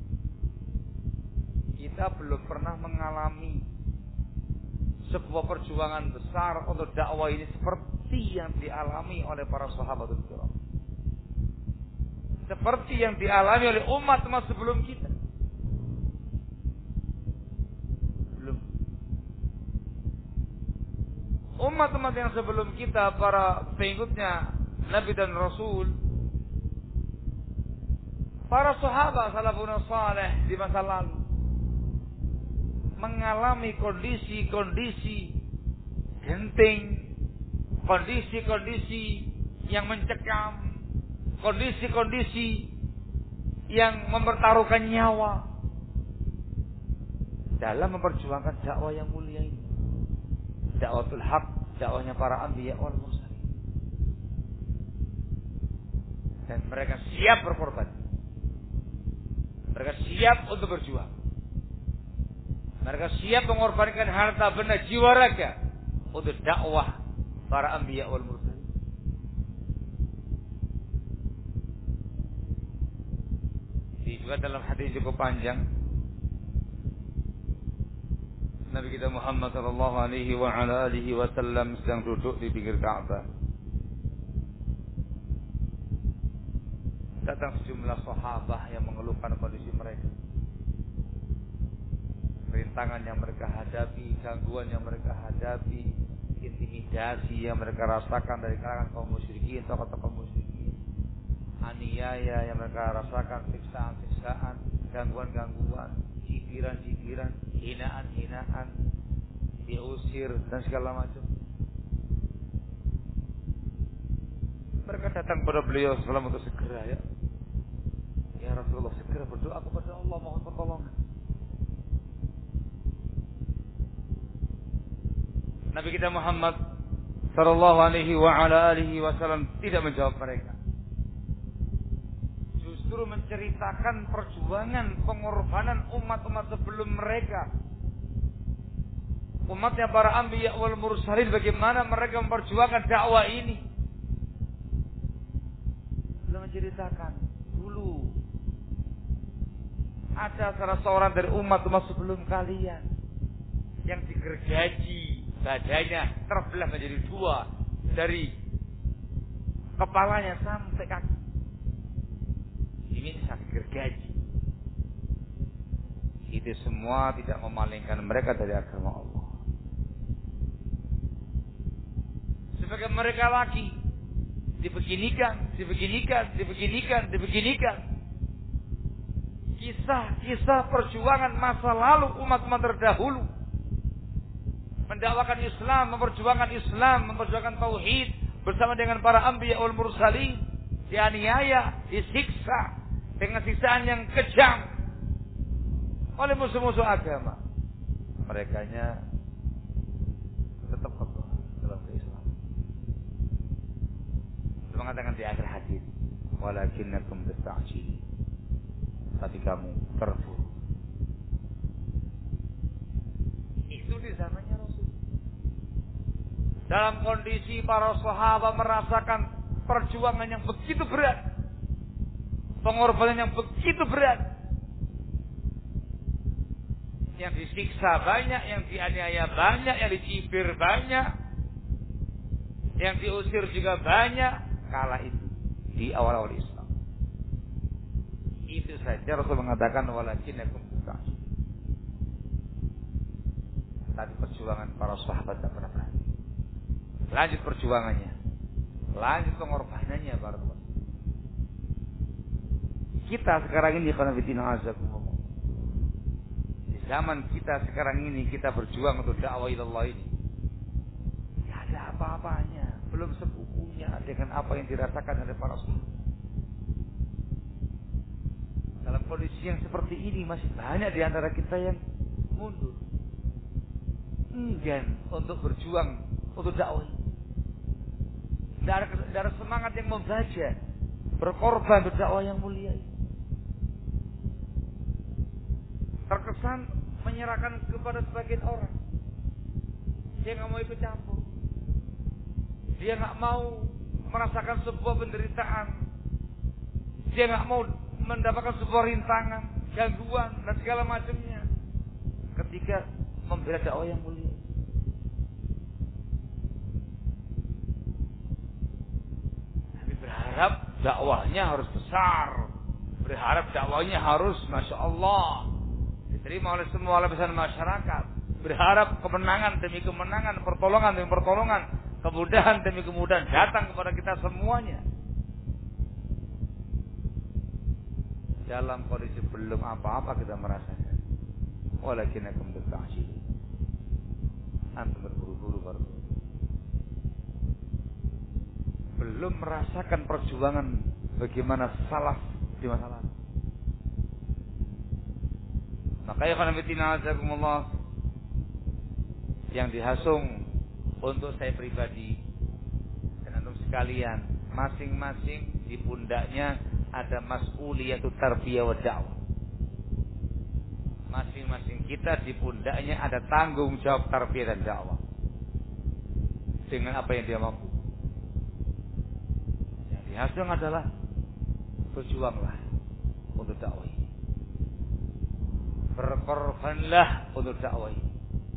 kita belum pernah mengalami sebuah perjuangan besar untuk dakwah ini seperti yang dialami oleh para sahabatul kiram. Seperti yang dialami oleh umat sebelum kita. Belum. Umat-umat yang sebelum kita, para pengikutnya Nabi dan Rasul, para sahabat salafun saleh di masa lalu mengalami kondisi-kondisi genting, kondisi-kondisi yang mencekam, kondisi-kondisi yang mempertaruhkan nyawa dalam memperjuangkan dakwah yang mulia ini. Dakwatul haq, dakwahnya para anbiya wal mursalin. Dan mereka siap berkorban. Mereka siap untuk berjuang. Mereka siap mengorbankan harta, benda, jiwa, raga untuk dakwah para anbiya wal mursalin. Juga dalam hadis cukup panjang, Nabi kita Muhammad sallallahu alaihi wa ala alihi wasallam sedang duduk di pinggir Ka'bah. Datang sejumlah sahabat yang mengeluhkan kondisi mereka. Rintangan yang mereka hadapi, gangguan yang mereka hadapi, intimidasi yang mereka rasakan dari kalangan kaum musyrikin, tokoh-tokoh musyrikin, aniaya yang mereka rasakan, siksaan-siksaan, gangguan-gangguan, cibiran-cibiran, hinaan-hinaan, diusir dan segala macam. Mereka datang kepada beliau sallallahu untuk segera ya Rasulullah, segera berdoa kepada Allah mohon pertolongan. Nabi kita Muhammad sallallahu alaihi wa ala alihi wasallam tidak menjawab mereka. Justru menceritakan perjuangan pengorbanan umat-umat sebelum mereka. Umatnya para anbiya wal mursalin, bagaimana mereka memperjuangkan dakwah ini. Beliau menceritakan dulu ada salah seorang dari umat-umat sebelum kalian yang digergaji, badannya terbelah menjadi dua dari kepalanya sampai kaki. Ini sakit gergaji. Itu semua tidak memalingkan mereka dari agama Allah. Sebagai mereka lagi dibeginikan. Kisah-kisah perjuangan masa lalu umat-umat terdahulu mendakwakan Islam, memperjuangkan tauhid bersama dengan para anbiya wal mursalin, dianiaya, disiksa dengan siksaan yang kejam oleh musuh-musuh agama. Merekanya tetap kokoh dalam Islam. Dia mengatakan di akhir hadis, walakinnakum tasta'jilun, tapi kamu terburu. Itu di zamannya Rasul. Dalam kondisi para sahabat merasakan perjuangan yang begitu berat, pengorbanan yang begitu berat, yang disiksa banyak, yang dianiaya banyak, yang dicibir banyak, yang diusir juga banyak. Kala itu di awal-awal Islam. Itu saja Rasul mengatakan walakinnakum tasta'jilun. Tapi perjuangan para sahabat tak pernah berhenti. Lanjut perjuangannya, lanjut pengorbanannya para sahabat. Kita sekarang ini di zaman kita sekarang ini, kita berjuang untuk dakwah ilallah ini, tidak ada apa-apanya, belum sepupunya dengan apa yang dirasakan oleh para sahabat. Dalam kondisi yang seperti ini masih banyak di antara kita yang mundur, enggan untuk berjuang untuk dakwah. Tidak ada semangat yang membaca, berkorban untuk dakwah yang mulia ini. Terkesan menyerahkan kepada sebagian orang. Dia nggak mau ikut campur. Dia nggak mau merasakan sebuah penderitaan, dia nggak mau mendapatkan sebuah rintangan, gangguan dan segala macamnya ketika membela dakwah yang mulia. Tapi berharap dakwahnya harus besar, berharap dakwahnya harus masya Allah diterima oleh semua lapisan masyarakat, berharap kemenangan demi kemenangan, pertolongan demi pertolongan, kemudahan demi kemudahan datang kepada kita semuanya. Dalam kondisi belum apa-apa kita merasakan. Walakinakum tasta'jil. Antum berburu-buru baru. Belum merasakan perjuangan bagaimana salaf di masa lalu. Maka ya khanafitina azakumullah, yang dihasung untuk saya pribadi dan antum sekalian, masing-masing di pundaknya ada mas'uliyatut tarbiyah wa da'wah. Masing-masing kita di pundaknya ada tanggung jawab tarbiyah dan dakwah dengan apa yang dia mampu. Yang dihasung adalah berjuanglah untuk dakwah ini, berkorbanlah untuk dakwah ini,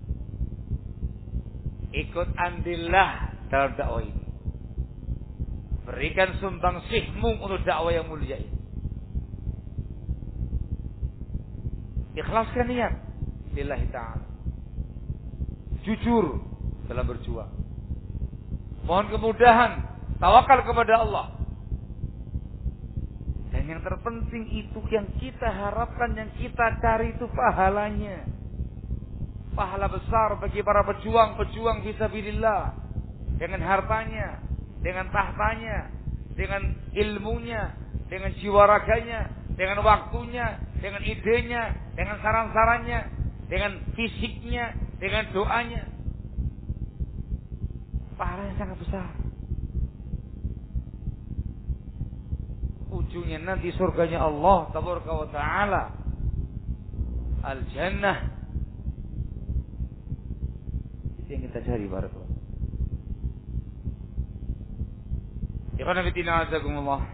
ikut andillah dalam dakwah ini, berikan sumbangsihmu untuk dakwah yang mulia ini. Ikhlaskan niat lillahi ta'ala, jujur dalam berjuang, mohon kemudahan, tawakal kepada Allah. Dan yang terpenting itu yang kita harapkan, yang kita cari itu pahalanya, pahala besar bagi para pejuang-pejuang fisabilillah, dengan hartanya, dengan tahtanya, dengan ilmunya, dengan jiwa raganya, dengan waktunya, dengan idenya, dengan saran-sarannya, dengan fisiknya, dengan doanya. Pahalanya sangat besar. Ujungnya nanti surganya Allah tabaraka wa ta'ala, al-jannah. Itu yang kita cari barakallahu. Ikhwan fillah azakumullah.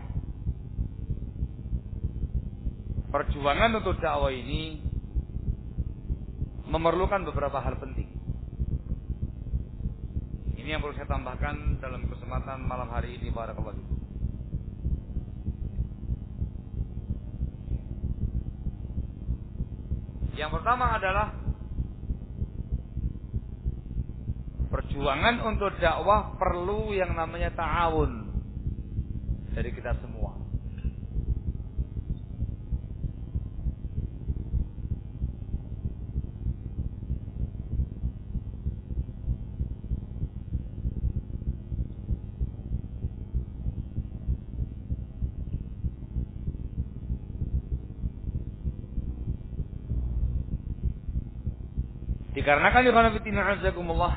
Perjuangan untuk dakwah ini memerlukan beberapa hal penting. Ini yang perlu saya tambahkan dalam kesempatan malam hari ini barakallahu. Yang pertama adalah perjuangan untuk dakwah perlu yang namanya ta'awun dari kita semua. Dikarenakan ikhwan fillah azakumullah,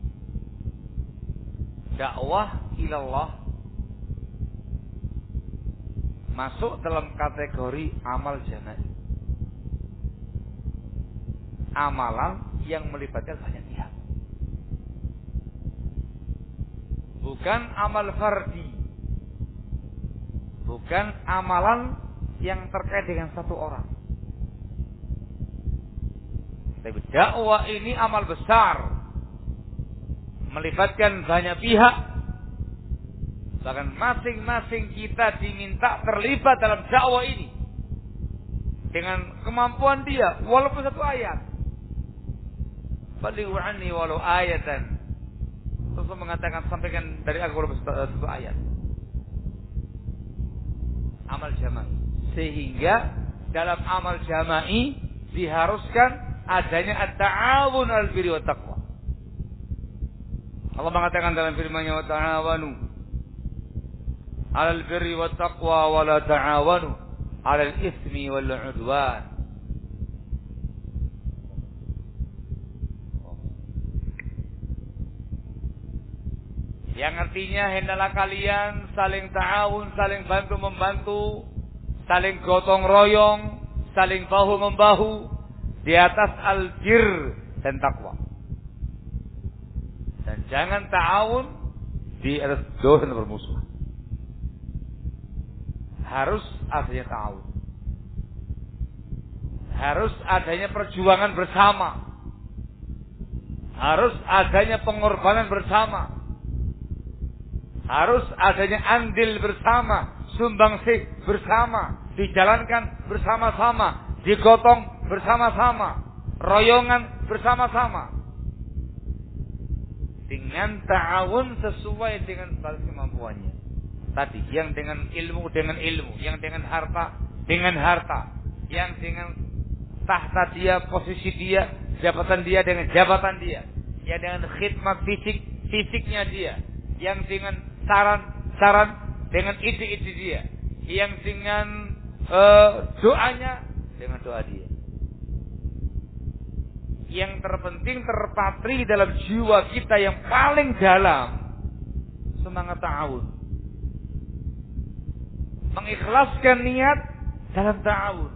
dakwah ilallah masuk dalam kategori amal jama'i, amalan yang melibatkan banyak pihak, bukan amal fardi, bukan amalan yang terkait dengan satu orang. Tapi dakwah ini amal besar, melibatkan banyak pihak. Bahkan masing-masing kita diminta terlibat dalam dakwah ini dengan kemampuan dia, walaupun satu ayat. Balighu anni walau ayatan. Rasul mengatakan sampaikan dari aku walaupun satu ayat. Amal jama'i. Sehingga dalam amal jama'i diharuskan adanya at-ta'awun al-birri wa taqwa. Allah mengatakan dalam firman-Nya, wa ta'awanu 'alal birri wa taqwa wa la ta'awanu 'alal itsmi wal 'udwan. Yang artinya hendaklah kalian saling ta'awun, saling bantu membantu, saling gotong royong, saling bahu membahu di atas al-bir dan takwa. Dan jangan ta'awun di atas dosa dan bermusuhan. harus adanya ta'awun. Harus adanya perjuangan bersama. Harus adanya pengorbanan bersama. Harus adanya andil bersama, sumbangsih bersama, dijalankan bersama-sama, digotong bersama-sama, royongan bersama-sama. Dengan ta'awun sesuai dengan batas kemampuannya. Tadi yang dengan ilmu, yang dengan harta, yang dengan tahta dia, posisi dia, jabatan dia dengan jabatan dia, yang dengan khidmat fisiknya dia, yang dengan saran dengan ide-ide dia, yang dengan doanya dengan doa dia. Yang terpenting terpatri dalam jiwa kita yang paling dalam semangat ta'awun, mengikhlaskan niat dalam ta'awun,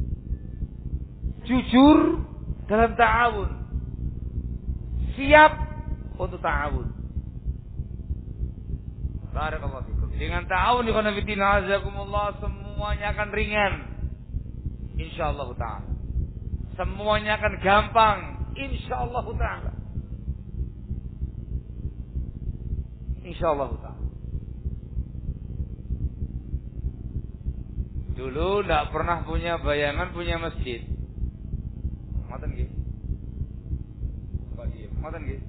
jujur dalam ta'awun, siap untuk ta'awun. Barakallahu fikum. Dengan ta'awun ikhwan fillah azakumullah, semuanya akan ringan insyaallah taala. Semuanya akan gampang insyaallah taala. Insyaallah taala. Dulu tidak pernah punya bayangan punya masjid. Ngoten nggih? Ngoten nggih?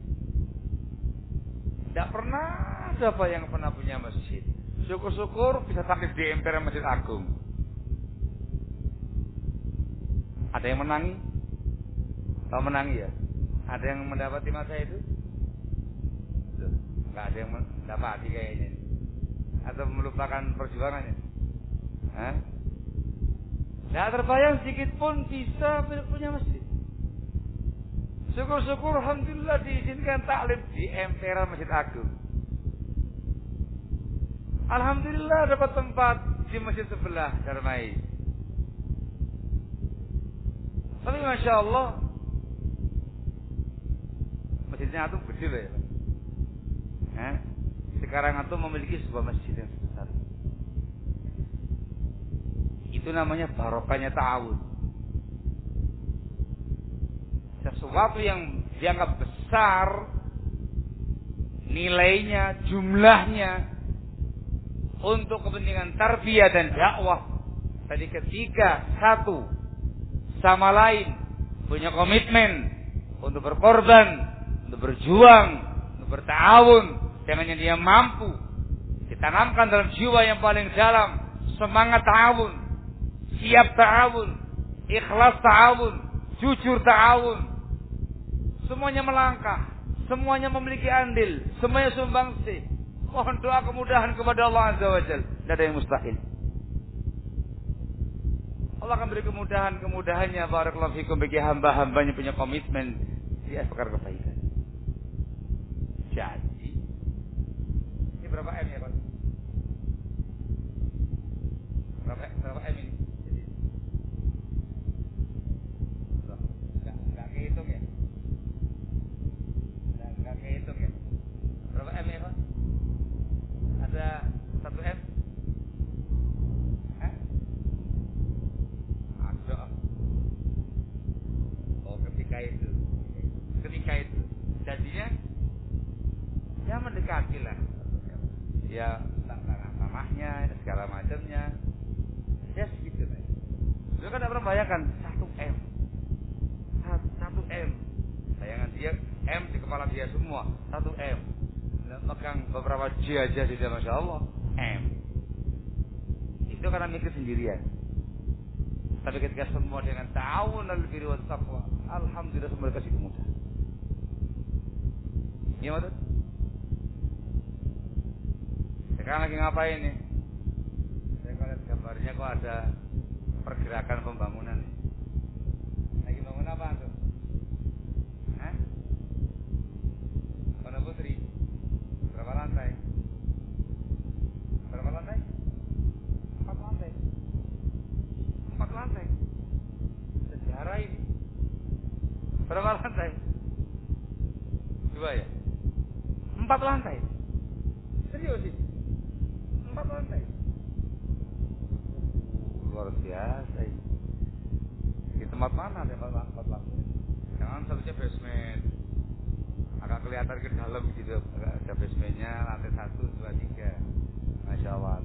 Tidak pernah ada yang pernah punya masjid. Syukur-syukur bisa taklif di emperan Masjid Agung. Ada yang menangi? Tahu menangi ya? Ada yang mendapati masa itu? Enggak ada yang mendapati kayaknya. Atau melupakan perjuangannya? Hah? Tidak terbayang sedikit pun bisa punya masjid. Syukur-syukur alhamdulillah diizinkan taklim di emperan Masjid Agung. Alhamdulillah dapat tempat di masjid sebelah Darmais. Tapi masya Allah, masjidnya antum gede loh ya. Sekarang antum memiliki sebuah masjid yang besar. Itu namanya barokahnya ta'awun. Sesuatu yang dianggap besar nilainya, jumlahnya untuk kepentingan tarbiyah dan dakwah. Tadi ketika satu sama lain punya komitmen untuk berkorban, untuk berjuang, untuk berta'awun dengan yang dia mampu, ditanamkan dalam jiwa yang paling dalam semangat ta'awun, siap ta'awun, ikhlas ta'awun, jujur ta'awun. Semuanya melangkah, semuanya memiliki andil, semuanya sumbangsih. Mohon doa kemudahan kepada Allah Azza wa Jalla. Tidak ada yang mustahil. Allah akan beri kemudahannya barakallahu fikum bagi hamba-hambanya punya komitmen di perkara kebaikan. Jadi, ini berapa M ya Pak? Berapa M ini? Jadi, enggak kehitung ya? Enggak kehitung ya? Berapa M ya Pak? Ada 1 M? Hah? Ada. Oh, ketika itu jadinya ya mendekati lah. Ya tanahnya segala macamnya. Ya segitu lah. Lu kan tidak pernah bayangkan 1 M. 1 M. Bayangan dia M di kepala dia semua 1 M. Megang beberapa J aja di dalam Masya Allah M. Itu karena mikir sendirian. Tapi ketika semua dengan ta'awun al-birri wat taqwa, alhamdulillah semua dikasih kemudahan. Iya betul? Sekarang lagi ngapain nih? Saya lihat gambarnya kok ada pergerakan pembangunan nih. Lagi bangun apa tuh? Hah? Pondok Putri. Berapa lantai? Berapa lantai? 4 lantai. 4 lantai. Sejarah ini. Berapa lantai? 2 ya? 4 lantai. Serius ini? 4 lantai. biasa ini. Di tempat mana tempat lampu? Jangan satunya basement. Agak kelihatan ke dalam gitu. Agak ada basementnya, lantai 1, 2, 3. Masya Allah.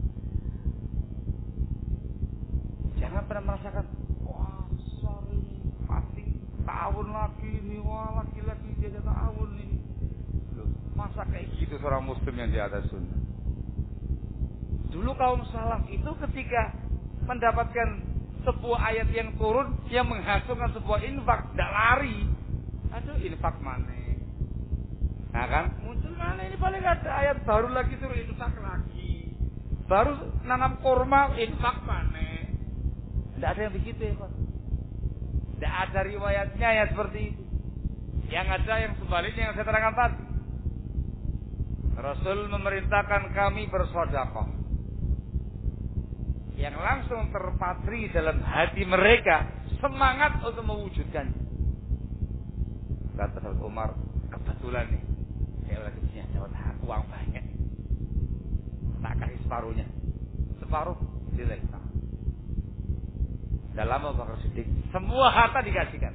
Jangan pernah merasakan, wah sorry, mati tahun lagi nih, wah laki-laki dia tahun nih. Loh, masa kayak gitu seorang muslim yang di atas sunnah? Dulu kaum salaf itu ketika mendapatkan sebuah ayat yang turun yang menghasilkan sebuah infak, tidak lari. Aduh, infak mana? Nah kan, muncul mana ini paling ada ayat baru lagi turun, infak lagi. Baru nanam kurma, infak mana? Tidak ada yang begitu ya Pak. Tidak ada riwayatnya yang seperti itu. Yang ada yang sebaliknya yang saya terangkan tadi. Rasul memerintahkan kami bersedekah. Yang langsung terpatri dalam hati mereka semangat untuk mewujudkan. Kata Umar, kebetulan nih saya lagi punya dapat uang banyak, tak kasih separuhnya, separuh dilempar. Dalam Abu Bakar Siddiq semua harta dikasihkan.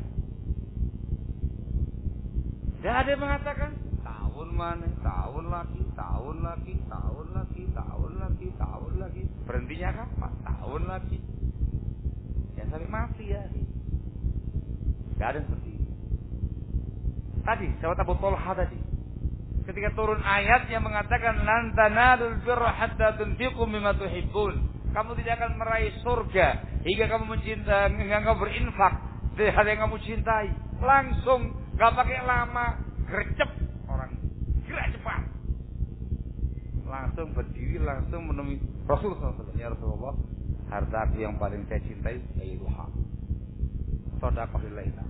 Dan ada yang mengatakan tahun mana, tahun lagi, tahun lagi, tahun lagi, tahun lagi, tahun lagi. Berhentinya kapan? Tahun lagi. Ya sampai mati ya. Tidak ada seperti itu. Tadi sahabat Abu Talha tadi, ketika turun ayat yang mengatakan lan tanalul birra hatta tunfiqu mimma tuhibbun. Kamu tidak akan meraih surga hingga kamu mencintai, hingga kamu berinfak dari hal yang kamu cintai. Langsung, gak pakai lama, gercep orang, gerak cepat. Langsung berdiri, langsung menemui Rasulullah SAW. Ya Rasulullah, harta aku yang paling saya cintai yaitu hak. Sedekah lillahi ta'ala.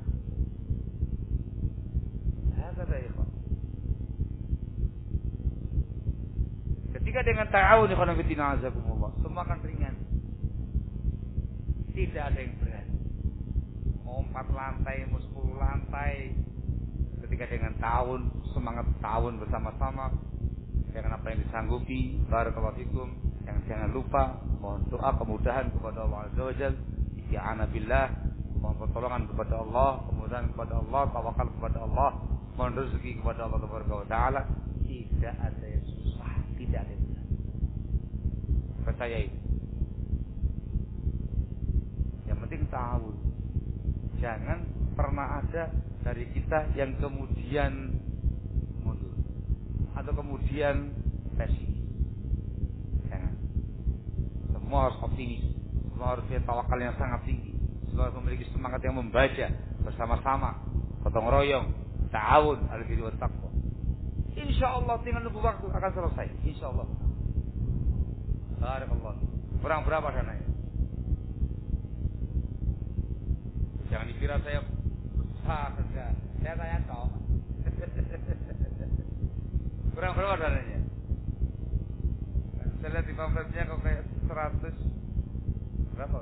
Hakada ya ikhwan. Ketika dengan ta'awun ikhwan fillah azakumullah, semua akan ringan. Tidak ada yang berat. Mau 4 lantai, mau 10 lantai. Ketika dengan ta'awun, semangat ta'awun bersama-sama dengan apa yang disanggupi. Barakallahu fikum. Yang jangan lupa mohon doa kemudahan kepada Allah Azza wa Jalla. Isti'anah billah, mohon pertolongan kepada Allah, kemudahan kepada Allah, tawakal kepada Allah, mohon rezeki kepada Allah Taala. Tidak ada yang susah, tidak ada yang berat. Percaya itu. Yang penting tahu. Jangan pernah ada dari kita yang kemudian mundur atau kemudian pesimis. Jangan. Semua harus optimis. Semua harus punya tawakal yang sangat tinggi. Semua harus memiliki semangat yang membaca bersama-sama, gotong royong, ta'awun al-birri wat taqwa. Insyaallah tinggal nunggu waktu akan selesai. Insyaallah. Barakallah. Kurang berapa dananya? Jangan dikira saya besar saja. Saya tanya kau. Kurang berapa dananya? Saya lihat di pamfletnya kok kayak 100 berapa?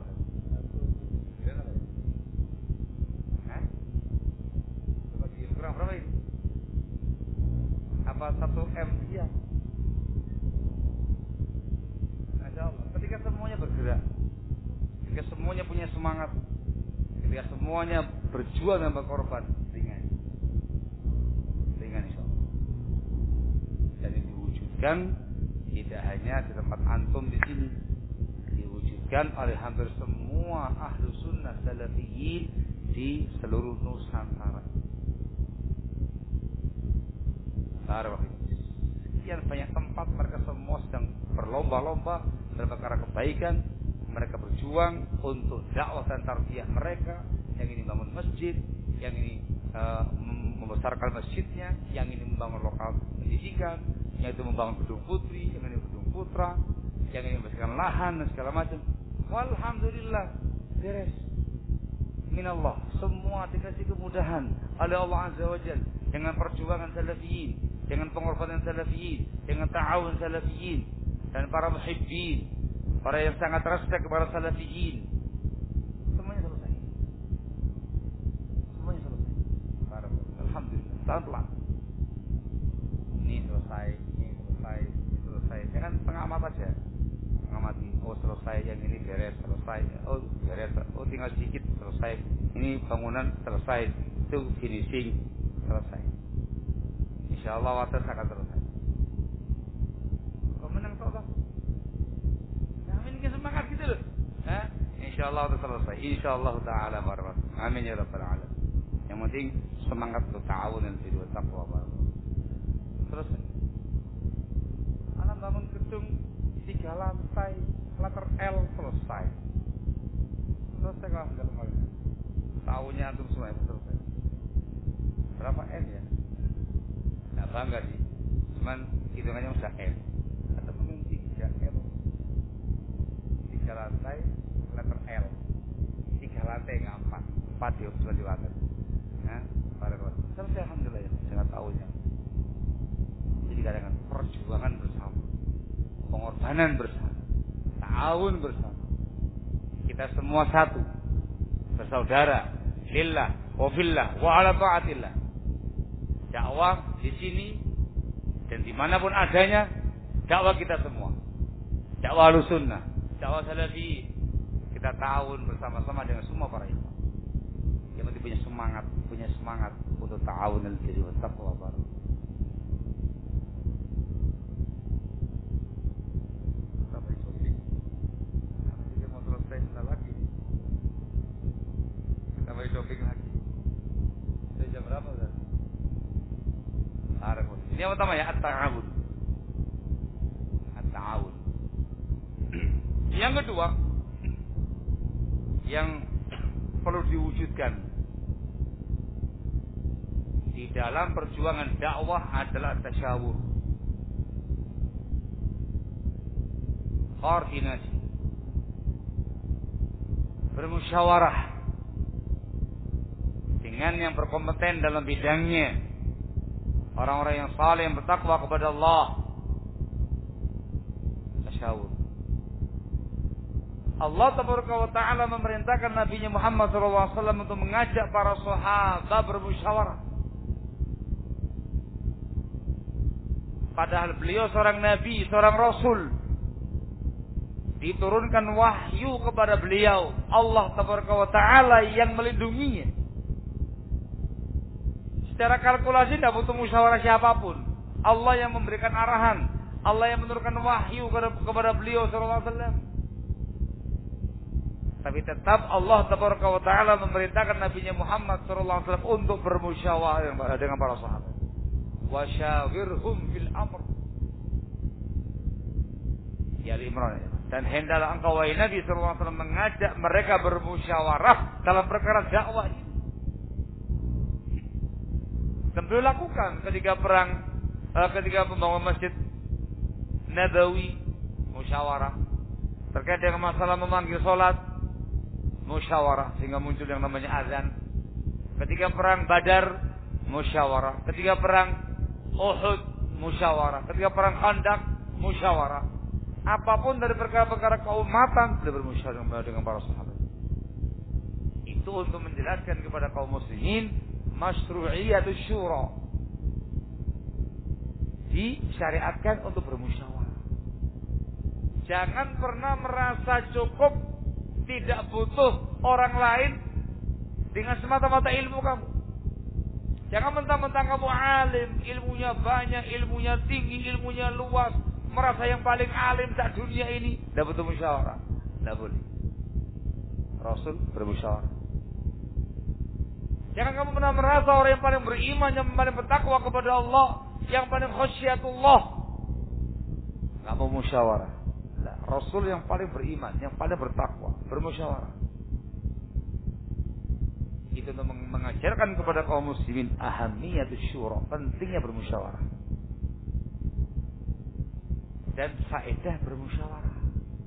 Hah? Kurang berapa ini? Apa 1 M? Iya. Masya Allah. Ketika semuanya bergerak, ketika semuanya punya semangat, ketika semuanya berjuang dan berkorban, ringan insya Allah. Dan diwujudkan tidak hanya di tempat antum di sini, diwujudkan oleh hampir semua ahlu sunnah salafiyin di seluruh Nusantara. Sekian banyak tempat mereka semua sedang berlomba-lomba dalam perkara kebaikan. Mereka berjuang untuk dakwah dan tarbiyah mereka. Yang ini bangun masjid, yang ini membesarkan masjidnya, yang ini membangun lokal pendidikan, yang itu membangun gedung putri, yang ini gedung putra, yang ini membesarkan lahan dan segala macam. Walhamdulillah, beres. Minallah, semua dikasih kemudahan oleh Allah Azza wa Jalla dengan perjuangan salafiyin, dengan pengorbanan salafiyin, dengan ta'awun salafiyin dan para muhibbin, para yang sangat respect kepada salafiyin. Semuanya selesai. Semuanya selesai. Alhamdulillah. Pelan-pelan. Ini selesai, ini selesai, ini selesai. Jangan pengamat aja. Mengamati, oh selesai. selesai, yang ini beres, selesai, oh beres, oh tinggal sedikit, selesai, ini bangunan selesai, itu finishing, selesai. Insyaallah waktu akan selesai. Kau menang toh? Amin, kita semangat gitu loh. Insyaallah waktu selesai. Insyaallah taala barak. Amin ya rabbal alamin. Yang penting semangat untuk ta'awun dan birri wa taqwa barak. Selesai. Anak bangun gedung 3 lantai, letter L selesai. Selesai kalau enggak kemarin. Tahunnya antum semua selesai. Berapa M ya? Nggak bangga sih. Cuman hitungannya udah M. Atau mungkin 3 M. 3 lantai, letter L. 3 lantai nggak 4. 4 di lantai. Nah, selesai alhamdulillah ya. Jangan tahunnya. Jadi kadang-kadang perjuangan bersama, pengorbanan bersama, ta'awun bersama. Kita semua satu, bersaudara, lillah, wa fillah, wa ala ta'atillah. Dakwah di sini dan dimanapun adanya, dakwah kita semua. Dakwah Ahlussunnah, dakwah Salafi. Kita ta'awun bersama-sama dengan semua para ikhwan. Yang penting punya semangat untuk ta'awun al-birri wa taqwa barak. Shopping lagi. Sudah jam berapa udah? Ini yang pertama ya, at-ta'awun. At-ta'awun. Yang kedua, yang perlu diwujudkan di dalam perjuangan dakwah adalah tasyawur, koordinasi, bermusyawarah dengan yang berkompeten dalam bidangnya, orang-orang yang saleh yang bertakwa kepada Allah. Tasyawur. Allah tabaraka wa taala memerintahkan Nabi Muhammad SAW untuk mengajak para sahabat bermusyawarah. Padahal beliau seorang nabi, seorang rasul. Diturunkan wahyu kepada beliau, Allah tabaraka wa taala yang melindunginya. Secara kalkulasi tidak butuh musyawarah siapapun. Allah yang memberikan arahan, Allah yang menurunkan wahyu kepada beliau sallallahu alaihi wasallam. Tapi tetap Allah tabaraka wa taala memerintahkan Nabi Muhammad sallallahu alaihi wasallam untuk bermusyawarah dengan para sahabat. Wasyawirhum fil amr. Ya Al-Imran. Dan hendaklah engkau wahai Nabi sallallahu alaihi wasallam mengajak mereka bermusyawarah dalam perkara dakwah ini. Dan beliau lakukan ketika pembangunan Masjid Nabawi, musyawarah. Terkait dengan masalah memanggil sholat, musyawarah sehingga muncul yang namanya azan. Ketika perang Badar, musyawarah. Ketika perang Uhud, musyawarah. Ketika perang Khandaq, musyawarah. Apapun dari perkara-perkara keumatan, beliau bermusyawarah dengan para sahabat. Itu untuk menjelaskan kepada kaum muslimin masyru'iyatus syura. Disyariatkan untuk bermusyawarah. Jangan pernah merasa cukup, tidak butuh orang lain dengan semata-mata ilmu kamu. Jangan mentang-mentang kamu alim, ilmunya banyak, ilmunya tinggi, ilmunya luas, merasa yang paling alim tak dunia ini, tidak butuh musyawarah. Tidak boleh. Rasul bermusyawarah. Jangan kamu pernah merasa orang yang paling beriman, yang paling bertakwa kepada Allah, yang paling khasyatullah, nggak mau musyawarah. Nah, Rasul yang paling beriman, yang paling bertakwa, bermusyawarah. Itu untuk mengajarkan kepada kaum muslimin ahamiyatus syura, pentingnya bermusyawarah dan faedah bermusyawarah.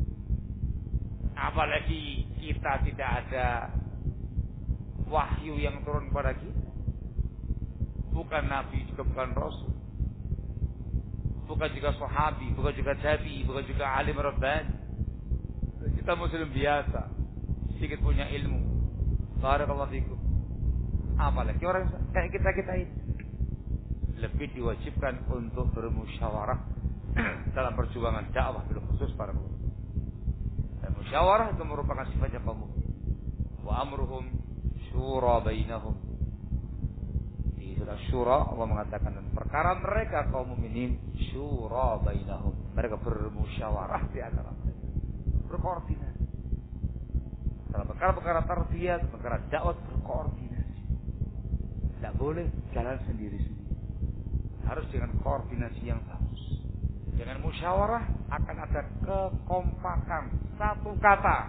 Apalagi kita tidak ada wahyu yang turun kepada kita, bukan nabi juga bukan rasul, bukan juga sahabi, bukan juga tabi'i, bukan juga alim rabbani. Kita muslim biasa, sedikit punya ilmu. Barakallahu fikum. Apalagi orang kayak kita ini lebih diwajibkan untuk bermusyawarah dalam perjuangan dakwah, bil khusus para ulama. Dan Musyawarah itu merupakan sifatnya kaum mukmin. Wa amruhum syura bainahum. Di surah Syura Allah mengatakan, dan perkara mereka kaum mukminin syura bainahum. Mereka bermusyawarah di antara mereka, berkoordinasi. Dalam perkara-perkara tarbiyah, perkara dakwah berkoordinasi. Tidak boleh jalan sendiri-sendiri. Harus dengan koordinasi yang bagus. Dengan musyawarah akan ada kekompakan, satu kata,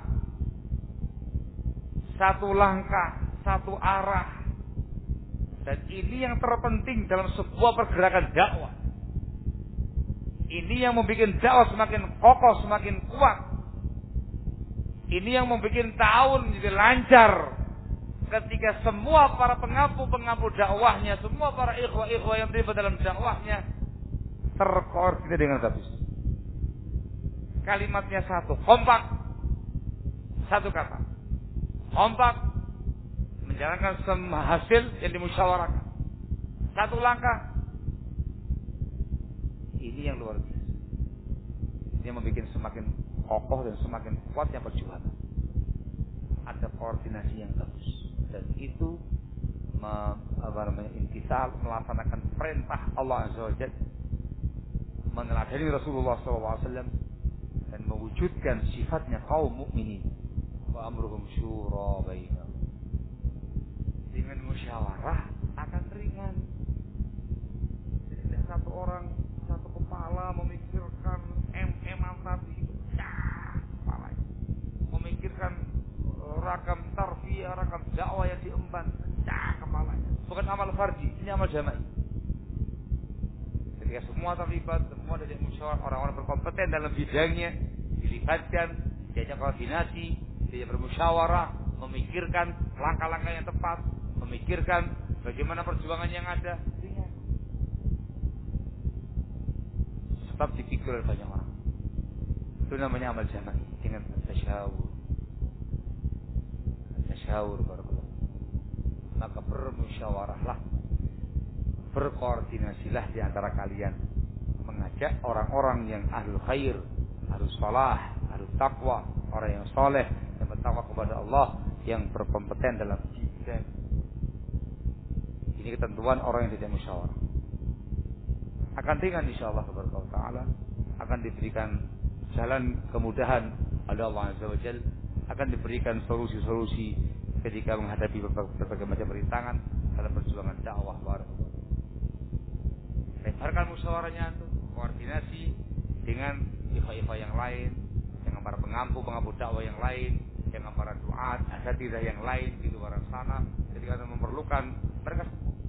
satu langkah, satu arah. Dan ini yang terpenting dalam sebuah pergerakan dakwah. Ini yang membuat dakwah semakin kokoh, semakin kuat. Ini yang membuat tahun jadi lancar. Ketika semua para pengampu dakwahnya, semua para ikhwah-ikhwah yang terlibat dalam dakwahnya terkoordinir dengan bagus. Kalimatnya satu, kompak. Satu kata. Kompak menjalankan semua hasil yang dimusyawarahkan. Satu langkah. Ini yang luar biasa. Ini yang membuat semakin kokoh dan semakin kuatnya perjuangan. Ada koordinasi yang bagus. Dan itu intisal, melaksanakan perintah Allah Azza wa Jalla, meneladani Rasulullah SAW, dan mewujudkan sifatnya kaum mukminin. Wa amruhum syura bainahum. Dengan musyawarah akan ringan. Tidak satu orang, satu kepala memikirkan tadi, kepalanya memikirkan ragam tarbiyah, ragam dakwah yang diemban, kepalanya. Bukan amal fardhi, ini amal jama'i. Ketika semua terlibat, semua dari musyawarah, orang-orang berkompeten dalam bidangnya dilibatkan, diajak koordinasi, diajak bermusyawarah, memikirkan langkah-langkah yang tepat, memikirkan bagaimana perjuangan yang ada. Sebab dipikir oleh banyak orang. Itu namanya amal jama'i dengan tasyawur. Tasyawur barakallahu. Maka bermusyawarahlah, berkoordinasilah di antara kalian, mengajak orang-orang yang ahlul khair, ahlus salah, ahlul taqwa, orang yang soleh, yang bertakwa kepada Allah, yang berkompeten dalam bidang. Ini ketentuan orang yang tidak musyawarah. Akan ringan insyaallah taala, akan diberikan jalan kemudahan oleh Allah Azza wa Jalla, akan diberikan solusi-solusi ketika menghadapi berbagai macam rintangan dalam perjuangan dakwah. Lebarkan musyawarahnya itu, koordinasi dengan ikhwah-ikhwah yang lain, dengan para pengampu dakwah yang lain, dengan para duat, asatidzah yang lain di luar sana. Ketika memerlukan mereka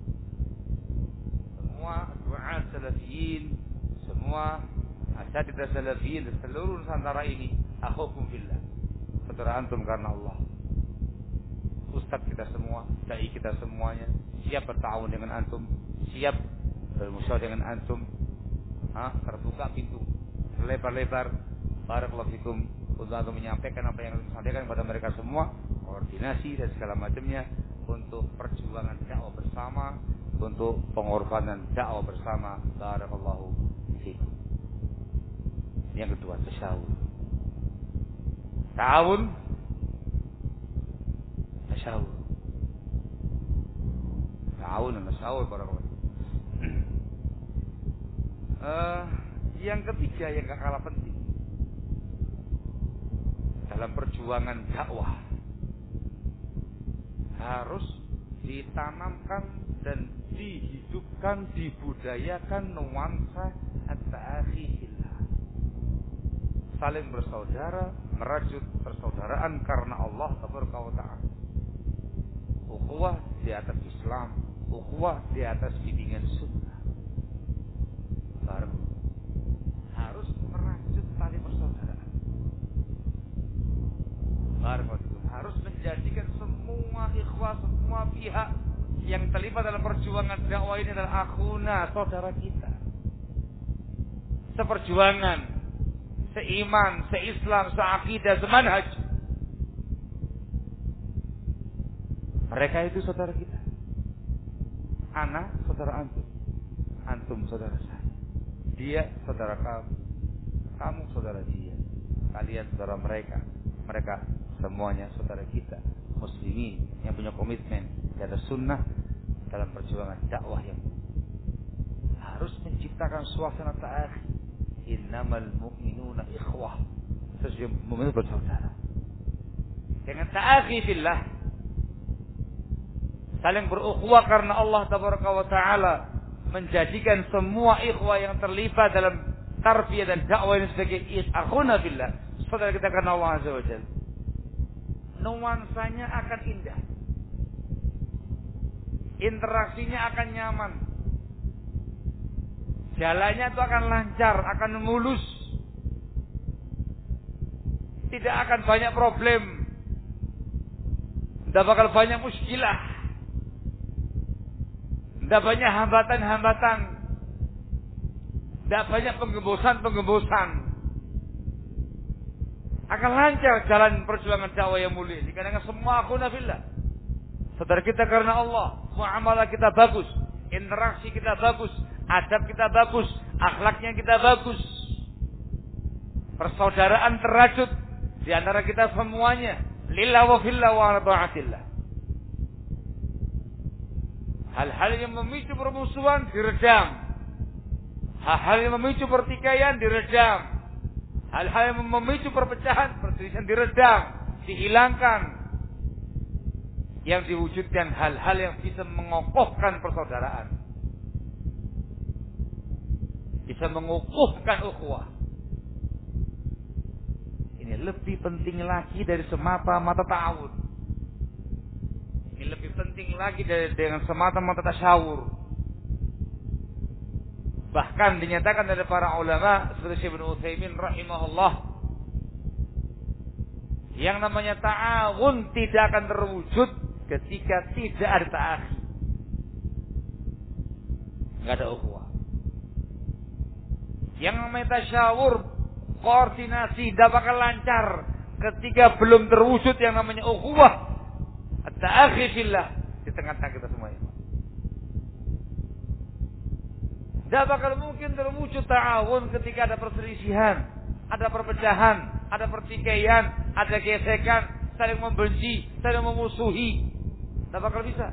semua duat salafiyin, semua asatidzah salafiyin di seluruh Nusantara ini, akhukum fillah, saudara antum karena Allah. Ustaz kita semua, dai kita semuanya siap bertawun dengan antum, siap bermusyawarah dengan antum. Terbuka pintu lebar-lebar. Barakallahu fikum untuk antum menyampaikan apa yang harus disampaikan kepada mereka semua, koordinasi dan segala macamnya untuk perjuangan dakwah bersama, untuk pengorbanan dakwah bersama. Barakallahu fikum. Yang kedua, tasyawur. Ta'awun, tasyawur. Ta'awun dan tasyawur barakallahu. Yang ketiga yang gak kalah penting dalam perjuangan dakwah, harus ditanamkan dan dihidupkan, dibudayakan nuansa at-ta'akhi fillah. Saling bersaudara, merajut persaudaraan karena Allah Taala. Ukhuwah di atas Islam, ukhuwah di atas bimbingan sunnah. Harus merajut tali persaudaraan. Harus menjadikan semua ikhwah, semua pihak yang terlibat dalam perjuangan dakwah ini adalah akhuna, saudara kita. Seperjuangan, seiman, seislam, seakidah, semanhaj. Mereka itu saudara kita. Ana saudara antum, antum saudara saya. Dia saudara kamu, kamu saudara dia, kalian saudara mereka, mereka semuanya saudara kita muslimin yang punya komitmen di atas sunnah dalam perjuangan dakwah yang harus menciptakan suasana ta'akhi. Innamal mu'minuna ikhwah. Sesungguhnya mukmin bersaudara. Dengan ta'akhi fillah, saling berukhuwah karena Allah tabaraka wa taala menjadikan semua ikhwah yang terlibat dalam tarbiyah dan dakwah ini sebagai akhuna fillah, saudara kita karena Allah azza wa jalla. Nuansanya akan indah, interaksinya akan nyaman, jalannya itu akan lancar, akan mulus, tidak akan banyak problem, tidak bakal banyak muskilah, tidak banyak hambatan-hambatan, tidak banyak penggembosan. Akan lancar jalan perjuangan dakwah yang mulia ini karena semua akhuna fillah. Saudara kita karena Allah, muamalah kita bagus, interaksi kita bagus, adab kita bagus, akhlaknya kita bagus, persaudaraan terajut di antara kita semuanya, lillah wa fillah wa ala ta'atillah. Hal-hal yang memicu permusuhan diredam, hal-hal yang memicu pertikaian diredam, hal-hal yang memicu perpecahan, perselisihan diredam, dihilangkan. Yang diwujudkan hal-hal yang bisa mengokohkan persaudaraan, bisa mengukuhkan ukhuwah. Ini lebih penting lagi dari semata-mata ta'awun. Ini lebih penting lagi dengan semata-mata tasyawur. Bahkan dinyatakan oleh para ulama seperti Syekh Ibnu Utsaimin rahimahullah, yang namanya ta'awun tidak akan terwujud ketika tidak ada ta'akhi. Enggak ada ukhuwah. Yang namanya tasyawur, koordinasi tidak bakal lancar ketika belum terwujud yang namanya ukhuwah, at-ta'akhi fillah di tengah-tengah kita semua ini. Tidak bakal mungkin terwujud ta'awun ketika ada perselisihan, ada perpecahan, ada pertikaian, ada gesekan, saling membenci, saling memusuhi. Tidak bakal bisa.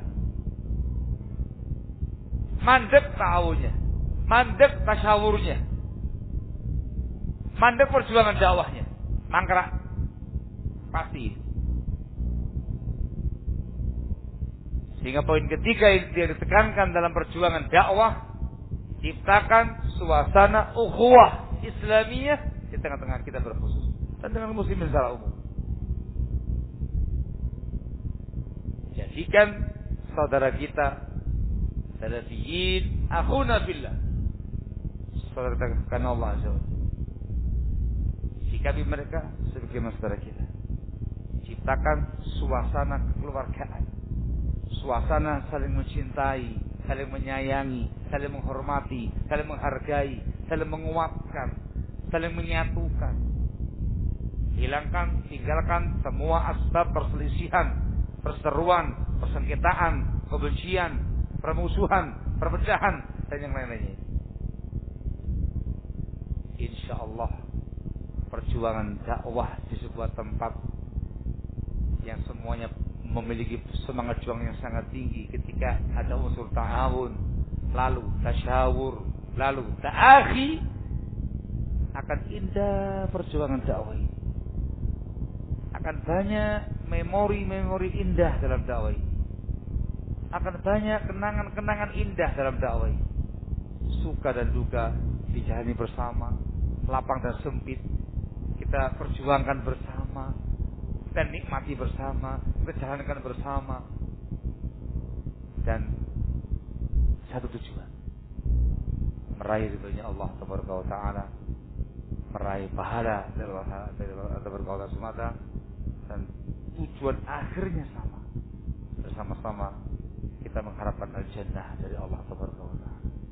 Mandek ta'awunnya, mandek tasyawurnya, mandek perjuangan dakwahnya, mangkrak pasti. Sehingga poin ketiga yang ditekankan dalam perjuangan dakwah, ciptakan suasana ukhuwah Islamiyah di tengah-tengah kita berkhusus dan dengan muslimin secara umum. Jadikan saudara kita salafiyin akhuna fillah, saudara kita karena Allah azza wa jalla. Sikapi mereka sebagaimana saudara kita. Ciptakan suasana kekeluargaan, suasana saling mencintai, saling menyayangi, saling menghormati, saling menghargai, saling menguatkan, saling menyatukan. Tinggalkan semua asbab perselisihan, perseteruan, persengketaan, kebencian, permusuhan, perpecahan, dan yang lain-lainnya. Insyaallah perjuangan dakwah di sebuah tempat yang semuanya memiliki semangat juang yang sangat tinggi, ketika ada unsur ta'awun, lalu tasyawur, lalu ta'akhi, akan indah perjuangan dakwah ini. Akan banyak memori-memori indah dalam dakwah ini. Akan banyak kenangan-kenangan indah dalam dakwah ini. Suka dan duka dijalani bersama, lapang dan sempit kita perjuangkan bersama, kita nikmati bersama, kita jalankan bersama, dan satu tujuan, meraih ridhonya Allah Taala, meraih pahala dari Allah Taala semata, dan tujuan akhirnya sama, bersama-sama kita mengharapkan al-jannah dari Allah Taala.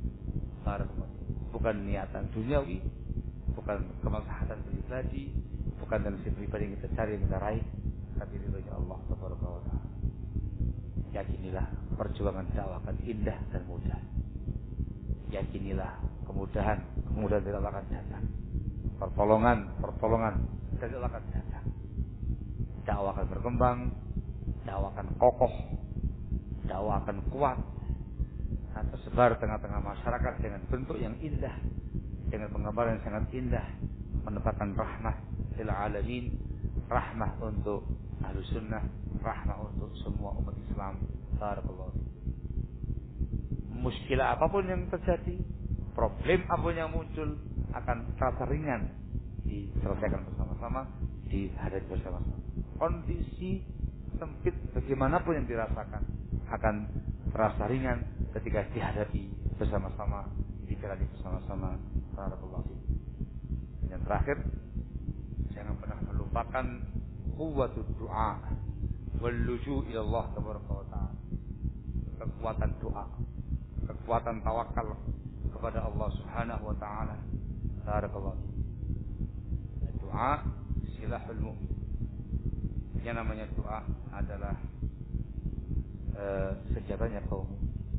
Bukan niatan duniawi, bukan kemaslahatan pribadi, bukan dari sisi pribadi yang kita cari, yang kita raih, tapi ridhonya Allah Taala. Yakinilah perjuangan dakwah akan indah dan mudah. Yakinilah kemudahan dari Allah akan datang. Pertolongan dari Allah akan datang. dakwah akan berkembang, dakwah akan kokoh, dakwah akan kuat, akan tersebar tengah-tengah masyarakat dengan bentuk yang indah, dengan penggambaran yang sangat indah, menetapkan rahmah lil alamin, rahmah untuk Ahlus Sunnah, rahmah untuk semua umat Islam. Barakallahu. Muskilah apapun yang terjadi, problem apapun yang muncul akan terasa ringan diselesaikan bersama-sama, dihadapi bersama-sama. Kondisi sempit bagaimanapun yang dirasakan akan terasa ringan ketika dihadapi bersama-sama, dijalani bersama-sama. Barakallahu. Yang terakhir, jangan pernah melupakan quwwatud du'a wal luju' ila Allah tabaraka wa ta'ala. Kekuatan doa, kekuatan tawakal kepada Allah Subhanahu wa taala. Barakallahu. Doa silahul mu'min. Yang namanya doa adalah senjatanya kaum.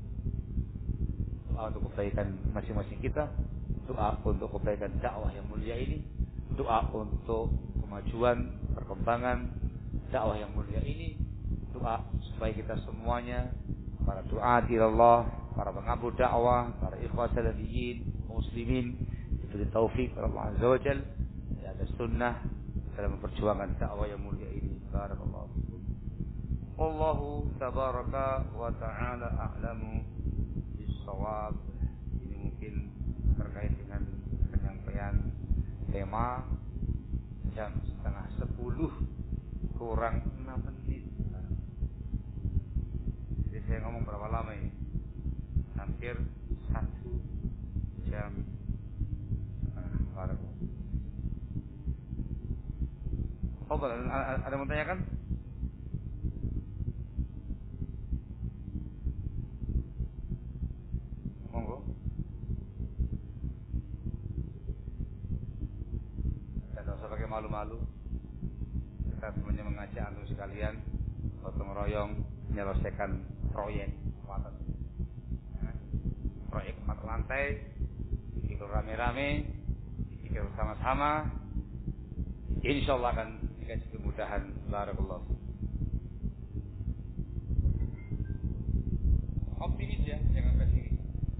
Doa untuk kebaikan masing-masing kita, doa untuk kebaikan dakwah yang mulia ini, doa untuk kemajuan, perkembangan dakwah yang mulia ini, doa supaya kita semuanya, para duat ilallah, para pengabdi dakwah, para ikhwan salafiyin, muslimin, diberi taufik oleh Allah Azza wa Jalla, ada sunnah dalam memperjuangkan dakwah yang mulia ini. Barakallahu fikum. Wallahu tabaraka wa ta'ala a'lamu bis-shawab. Ini mungkin terkait dengan penyampaian tema jam 9:30 kurang 6 menit. Jadi saya ngomong berapa lama ini? Hampir 1 jam. Oh, ada yang mau tanyakan? Monggo. Tidak usah pakai malu-malu. Kita semuanya mengajak antum sekalian gotong royong menyelesaikan proyek proyek 4 lantai, dipikir rame-rame, dipikir bersama-sama, insyaallah akan dikasih kemudahan. Barakallahu. Optimis ya, jangan pesimis.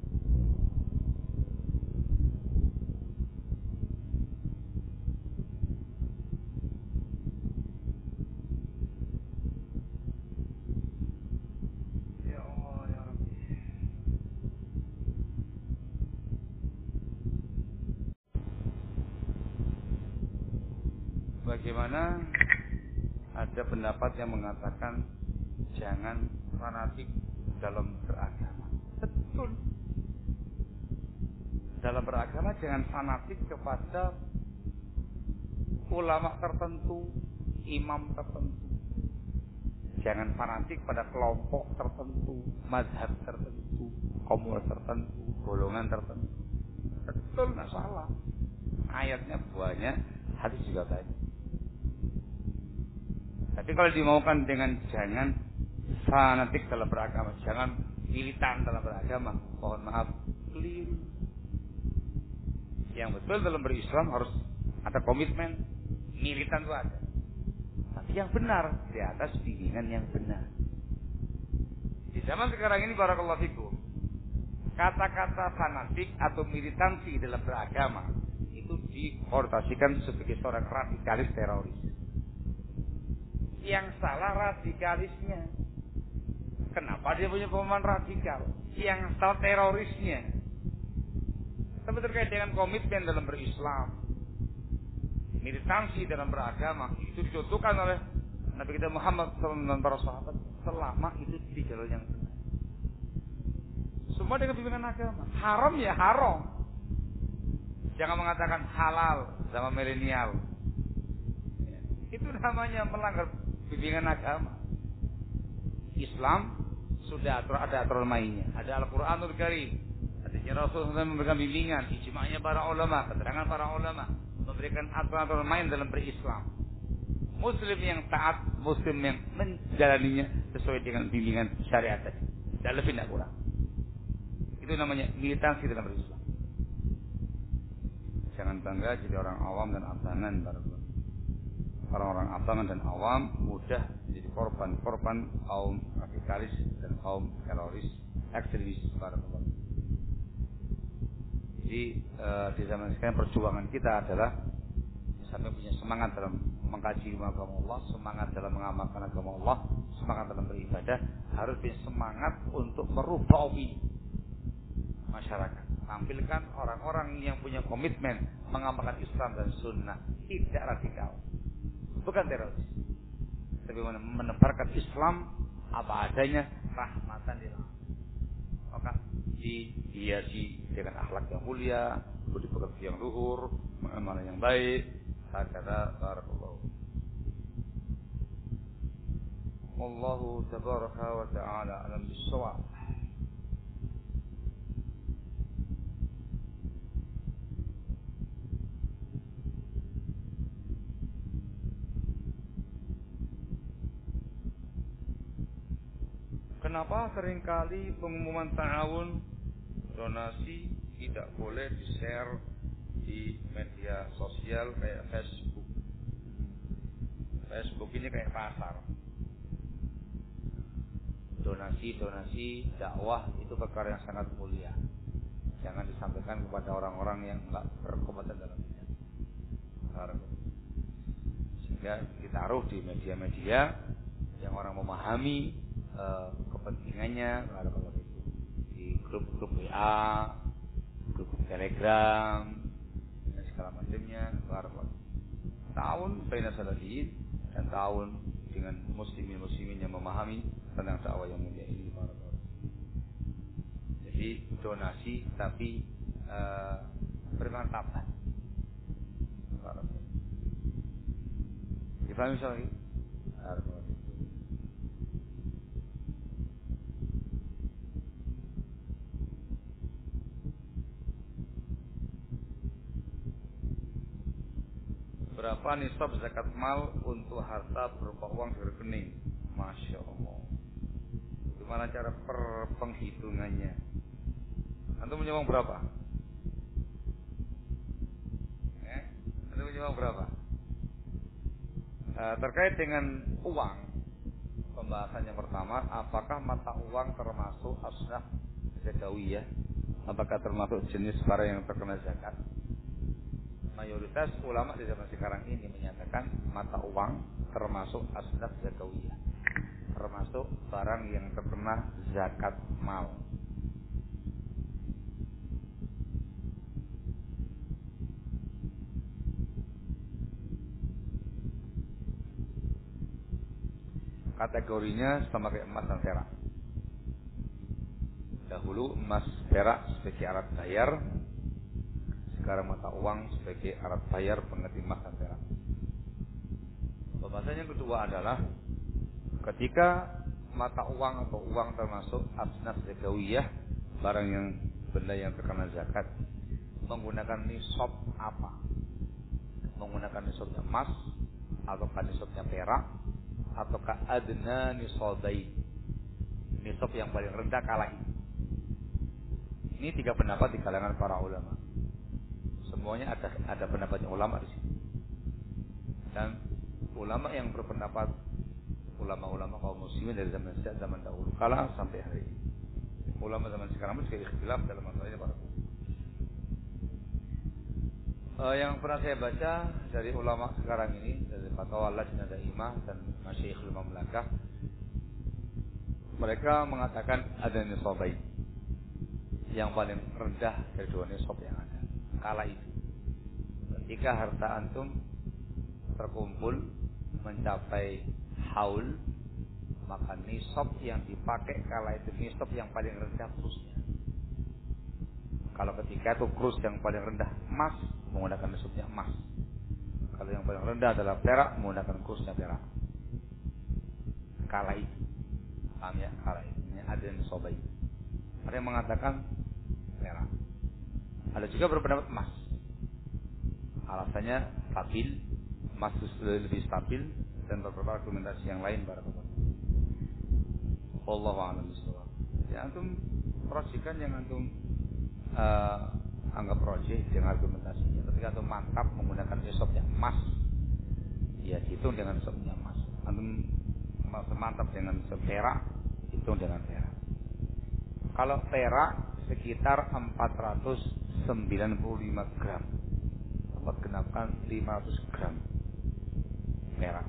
Ya Allah, ya Rabbi. Bagaimana ada pendapat yang mengatakan jangan fanatik dalam beragama. Betul. Dalam beragama jangan fanatik kepada ulama tertentu, imam tertentu. Jangan fanatik pada kelompok tertentu, mazhab tertentu, komunitas tertentu, golongan tertentu. Betul, nggak salah. Ayatnya banyak, hadis juga banyak. Tapi kalau dimaukan dengan jangan fanatik dalam beragama, jangan militan dalam beragama, mohon maaf, keliru. Yang betul dalam berislam harus ada komitmen, militan itu ada. Tapi yang benar, di atas bimbingan yang benar. Di zaman sekarang ini barakallahu fikum, kata-kata fanatik atau militansi dalam beragama itu dikonotasikan sebagai seorang radikalis teroris. Yang salah radikalisnya. Kenapa dia punya pemahaman radikal? Yang salah terorisnya. Tapi terkait dengan komitmen dalam berislam, militansi dalam beragama, itu dicontohkan oleh Nabi kita Muhammad SAW dan para sahabat selama itu di jalur yang benar. Semua dengan bimbingan agama. Haram ya haram. Jangan mengatakan halal sama milenial. Itu namanya melanggar bimbingan agama. Islam sudah ada aturan mainnya. Ada Al-Quranul Karim. Hadisnya Rasulullah memberikan bimbingan, ijma'nya para ulama, keterangan para ulama, memberikan aturan-aturan main dalam berislam. Muslim yang taat, Muslim yang menjalaninya sesuai dengan bimbingan syariat tadi. Tidak lebih, tidak kurang. Itu namanya militansi dalam berislam. Jangan bangga jadi orang awam dan abangan. orang-orang abangan dan awam mudah menjadi korban kaum radikalis dan kaum teroris ekstremis para pembantu. Jadi di zaman sekarang perjuangan kita adalah sampai punya semangat dalam mengkaji agama Allah, semangat dalam mengamalkan agama Allah, semangat dalam beribadah, harus punya semangat untuk merubah opini masyarakat. Tampilkan orang-orang yang punya komitmen mengamalkan Islam dan Sunnah, tidak radikal, bukan teroris, tapi menebarkan Islam apa adanya, rahmatan lil alamin. Maka dihiasi dengan akhlak yang mulia, budi pekerti yang luhur, amalan yang baik. Hakada barakallahu. Wallahu tabaraka wa ta'ala alam bis-shawab. Kenapa seringkali pengumuman ta'awun donasi tidak boleh di-share di media sosial kayak Facebook? Facebook ini kayak pasar. Donasi dakwah itu perkara yang sangat mulia. Jangan disampaikan kepada orang-orang yang enggak berkompeten dalam bidang. Sehingga ditaruh di media-media yang orang memahami kepentingannya, di grup-grup WA, grup Telegram, dan segala macamnya. Tahun baina salafiyin dan tahun dengan muslimin yang memahami tentang dakwah yang mulia ini. Jadi donasi tapi bermartabat. Difahami soalnya? Berapa nisab zakat mal untuk harta berupa uang di rekening? Masya Allah. Gimana cara penghitungannya? Antum punya uang berapa? Antum punya uang berapa? Terkait dengan uang, pembahasan yang pertama, apakah mata uang termasuk asnaf zakawiyah? Apakah termasuk jenis barang yang terkena zakat? Mayoritas ulama di zaman sekarang ini menyatakan mata uang termasuk asnaf zakawiyah, termasuk barang yang terkena zakat mal. Kategorinya sama kayak emas dan perak. Dahulu emas perak sebagai alat bayar, sekarang mata uang sebagai alat bayar pengganti emas dan perak. Pembahasan yang kedua adalah ketika mata uang atau uang termasuk asnaf zakawiyah, barang yang benda yang terkena zakat, menggunakan nisab apa? Menggunakan nisabnya emas ataukah nisabnya perak ataukah adna nisabai, nisab yang paling rendah kala ini. Ini tiga pendapat di kalangan para ulama. Semuanya ada pendapatnya ulama di sini. Dan ulama yang berpendapat, ulama-ulama kaum muslimin dari zaman dahulu kala sampai hari ini. Ulama zaman sekarang pun juga ikhtilaf dalam masalah ini para ulama. Yang pernah saya baca dari ulama sekarang ini, dari Fatwa Lajnah Daimah dan Masyayikhul Mamlakah, mereka mengatakan ada nisabai yang paling rendah dari dua nisab yang ada kala itu. Ketika harta antum terkumpul mencapai haul, maka nisab yang dipakai kala itu nisab yang paling rendah kurusnya. Kalau ketika itu kurus yang paling rendah emas, menggunakan nisabnya emas. Kalau yang paling rendah adalah perak, menggunakan kurusnya perak. Kala itu, paham ya? Kala itu, ini ada nisabai. Ada yang mengatakan perak. Ada juga berpendapat emas. Alasannya stabil, emas lebih stabil, dan beberapa argumentasi yang lain barakallahu. Wallahu a'lam bishawab. Ya antum proyeksikan yang antum anggap rojih dengan argumentasinya. Ketika antum mantap menggunakan nisabnya emas ya hitung dengan nisabnya emas. Antum mantap dengan perak, hitung dengan perak. Kalau perak sekitar 495 gram. Dapat genapkan 500 gram perak.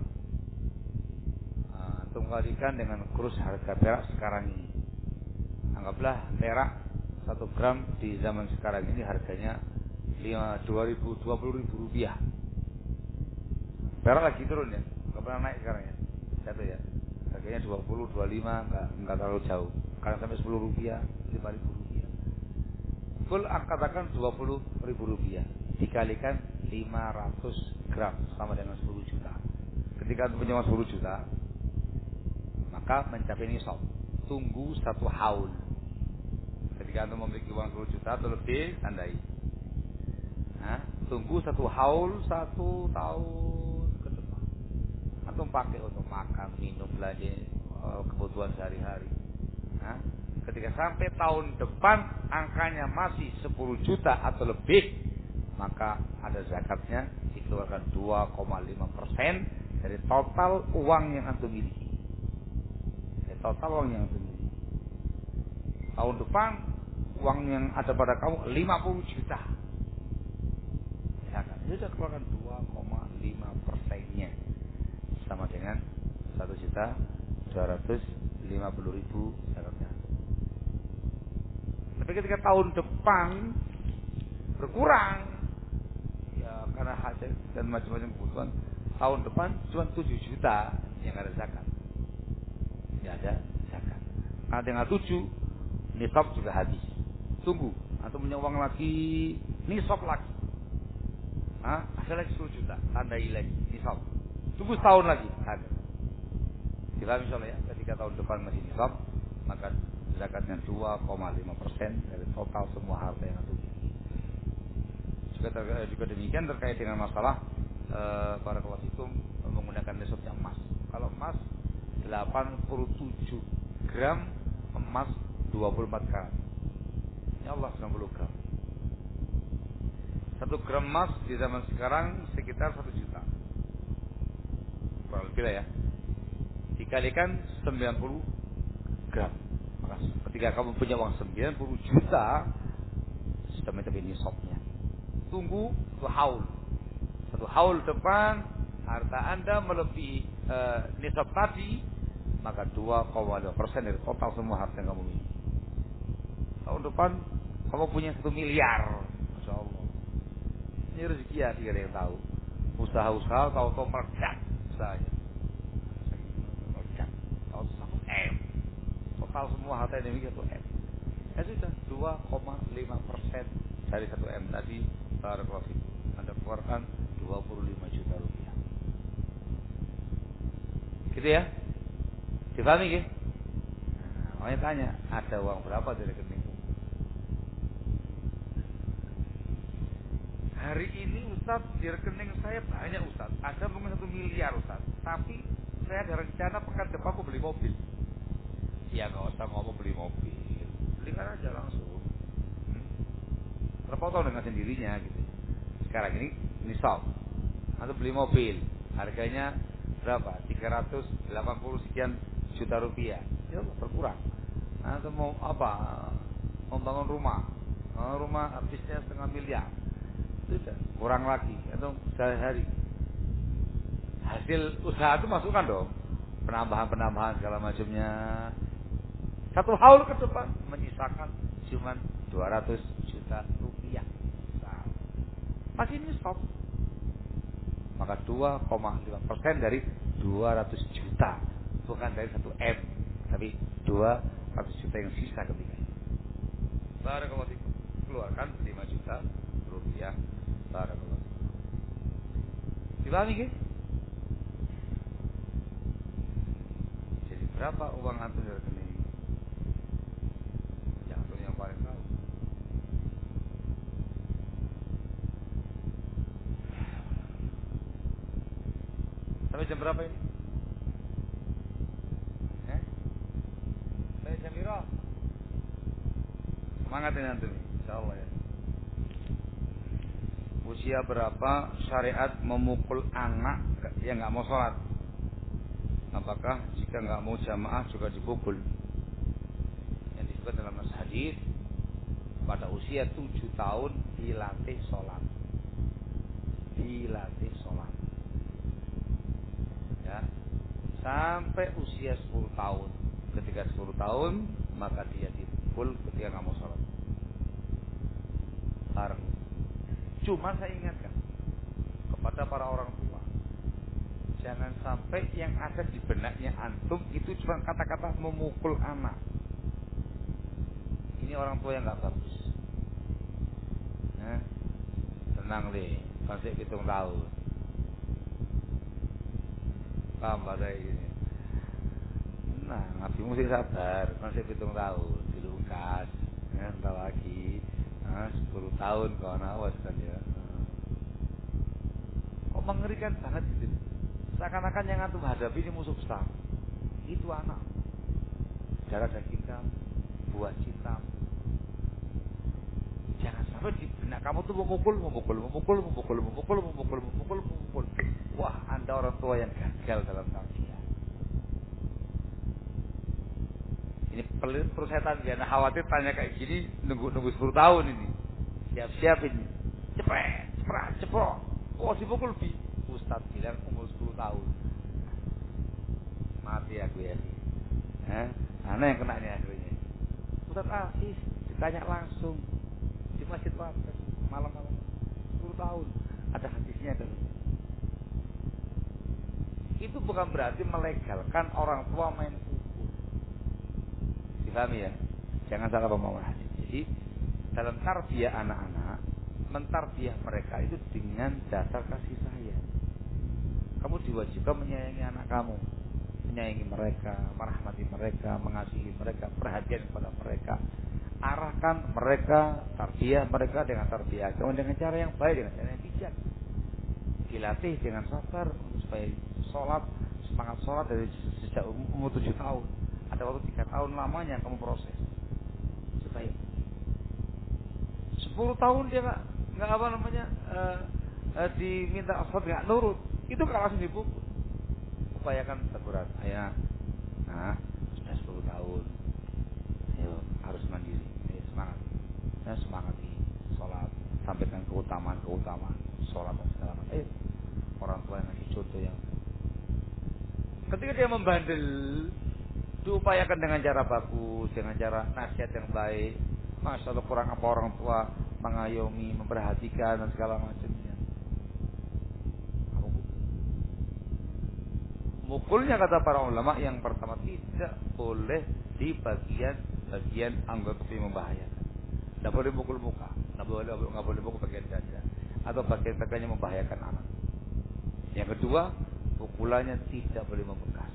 Antum kalikan dengan kurs harga perak sekarang ini. Anggaplah perak 1 gram di zaman sekarang ini harganya 20.000 rupiah. Perak lagi turun ya, nggak pernah naik sekarang ya, jatuh ya. Harganya 20, 25, nggak terlalu jauh. Kadang sampai 10 rupiah, 5.000 rupiah. Full katakan 20.000 rupiah dikalikan 500 gram sama dengan 10 juta. Ketika antum punya uang 10 juta, maka mencapai nisab. Tunggu 1 haul. Ketika antum memiliki uang 10 juta atau lebih, tandai. Tunggu 1 haul, 1 tahun ke depan. Antum pakai untuk makan, minum, belanja kebutuhan sehari-hari. Ketika sampai tahun depan angkanya masih 10 juta atau lebih, maka ada zakatnya, dikeluarkan 2,5% dari total uang yang antum miliki. Dari total uang yang antum miliki. Tahun depan uang yang ada pada kamu 50 juta. Zakat. Dia sudah keluarkan 2,5%-nya. Sama dengan 1.250.000 zakatnya. Tapi ketika tahun depan berkurang, ya karena hajat dan macam-macam kebutuhan, tahun depan cuma 7 juta yang ada zakat. Tidak ada zakat. Karena dengan 7 nisab juga habis. Tunggu, atau punya uang lagi, nisab lagi. Ada lagi 10 juta, tandai lagi nisab. Tunggu setahun lagi, ada. Kita misalnya ya, ketika tahun depan masih nisab, maka zakatnya 2,5% dari total semua harta yang ada. Juga demikian terkait dengan masalah para kelas itu menggunakan nisabnya emas. Kalau emas 87 gram, emas 24 karat. Ya Allah 90 gram. 1 gram emas di zaman sekarang sekitar 1 juta. Kurang lebih lah ya. Dikalikan 90 gram. Maka ketika kamu punya uang 90 juta, sudah mencapai nisabnya. Tunggu 1 haul. 1 haul depan harta Anda melebihi nisab tadi, maka 2,2% dari total semua harta yang kamu miliki. Tahun depan kamu punya 1 miliar. Masya Allah. Ini rezeki ya, tidak ada yang tahu. Usaha-usaha tahu-tahu meledak usahanya. Meledak. Tahu 1 M. Total semua harta yang dimiliki 1 M. Ya sudah 2,5% dari 1 M tadi. Barakallahu fikum. Anda keluarkan 25 juta rupiah. Gitu ya? Dipahami ya? Makanya tanya, ada uang berapa dari rekening? Hari ini Ustaz, di rekening saya banyak Ustaz. Ada mungkin 1 miliar Ustaz. Tapi saya ada rencana pekan depan aku beli mobil. Ya gak usah ngomong beli mobil, belikan aja langsung. Terpotong dengan sendirinya gitu. Sekarang ini nisab, atau beli mobil, harganya berapa? 380 sekian juta rupiah. Ya berkurang. Atau mau apa? Membangun rumah, rumah habisnya 1,5 miliar. Sudah kurang lagi. Atau sehari-hari hasil usaha itu masukkan dong, penambahan segala macamnya. 1 haul ke depan menyisakan cuma 200 juta rupiah. Nah, masih nisab. Maka 2,5% dari 200 juta, bukan dari 1 M, tapi 200 juta yang sisa ketika itu. Barakallahu fikum. Keluarkan 5 juta rupiah. Barakallahu fikum. Dipahami nggih? Jadi berapa uang antum di rekening? Yang paling tahu. Sampai jam berapa ini? Sampai jam berapa? Semangat ini antum, insyaallah ya. Usia usia berapa syariat memukul anak yang nggak mau sholat? Apakah jika nggak mau jamaah juga dipukul? Yang disebut dalam nas hadis, pada usia 7 tahun dilatih sholat. Dilatih sholat. Ya, sampai usia 10 tahun. Ketika 10 tahun maka dia dipukul ketika nggak mau sholat. Bareng. Cuma saya ingatkan kepada para orang tua, jangan sampai yang ada di benaknya antum itu cuma kata-kata memukul anak. Ini orang tua yang nggak bagus. Nah, tenang deh, masih 7 tahun. Paham pada ini. Nah, Nabi mesti sabar, masih 7 tahun, dilungkas, ya, entar lagi, 10 tahun kawan awas kan ya. Kok mengerikan banget gitu. Seakan-akan yang antum hadapi ini musuh besar. Itu anak, darah daging kamu, buah cinta. Jangan sampai di benak kamu tuh memukul. Wah, Anda orang tua yang gagal dalam tarbiyah. Ini perlu setan, jangan khawatir tanya kayak gini nunggu 10 tahun ini. Siap-siap ini. Ceprot. Oh, dipukul bi. Ustaz bilang umur 10 tahun. Mati aku ya. Mana yang kena nih akhirnya? Ustaz Afis ditanya langsung di Masjid Wates malam-malam 10 tahun. Ada hadisnya kan. Itu bukan berarti melegalkan orang tua main pukul. Dipahami ya? Jangan salah pemahaman hadis. Jadi dalam tarbiyah anak-anak, mentarbiyah mereka itu dengan dasar kasih sayang. Kamu diwajibkan menyayangi anak kamu, menyayangi mereka, merahmati mereka, mengasihi mereka, perhatian kepada mereka. Arahkan mereka, tarbiyah mereka dengan tarbiyah agama, dengan cara yang baik, dengan cara yang bijak. Dilatih dengan sabar supaya sholat, semangat sholat dari sejak umur 7 tahun. Ada waktu 3 tahun lamanya kamu proses supaya 10 tahun dia nggak apa namanya diminta sholat nggak nurut, itu nggak langsung dipukul. Upayakan teguran, ayah, nah sudah 10 tahun, ayo harus mandiri, ayo semangat, ya semangati sholat, sampaikan keutamaan sholat dan segala macam. Ayo orang tua yang ngasih contoh yang. Ketika dia membandel, diupayakan dengan cara bagus, dengan cara nasihat yang baik. Masya Allah, kurang apa orang tua mengayomi, memperhatikan dan segala macamnya. Mukulnya kata para ulama yang pertama tidak boleh di bagian anggota yang membahayakan. Tidak boleh mukul muka, nggak boleh mukul bagian dada atau bagian yang membahayakan anak. Yang kedua, pukulannya tidak boleh membekas.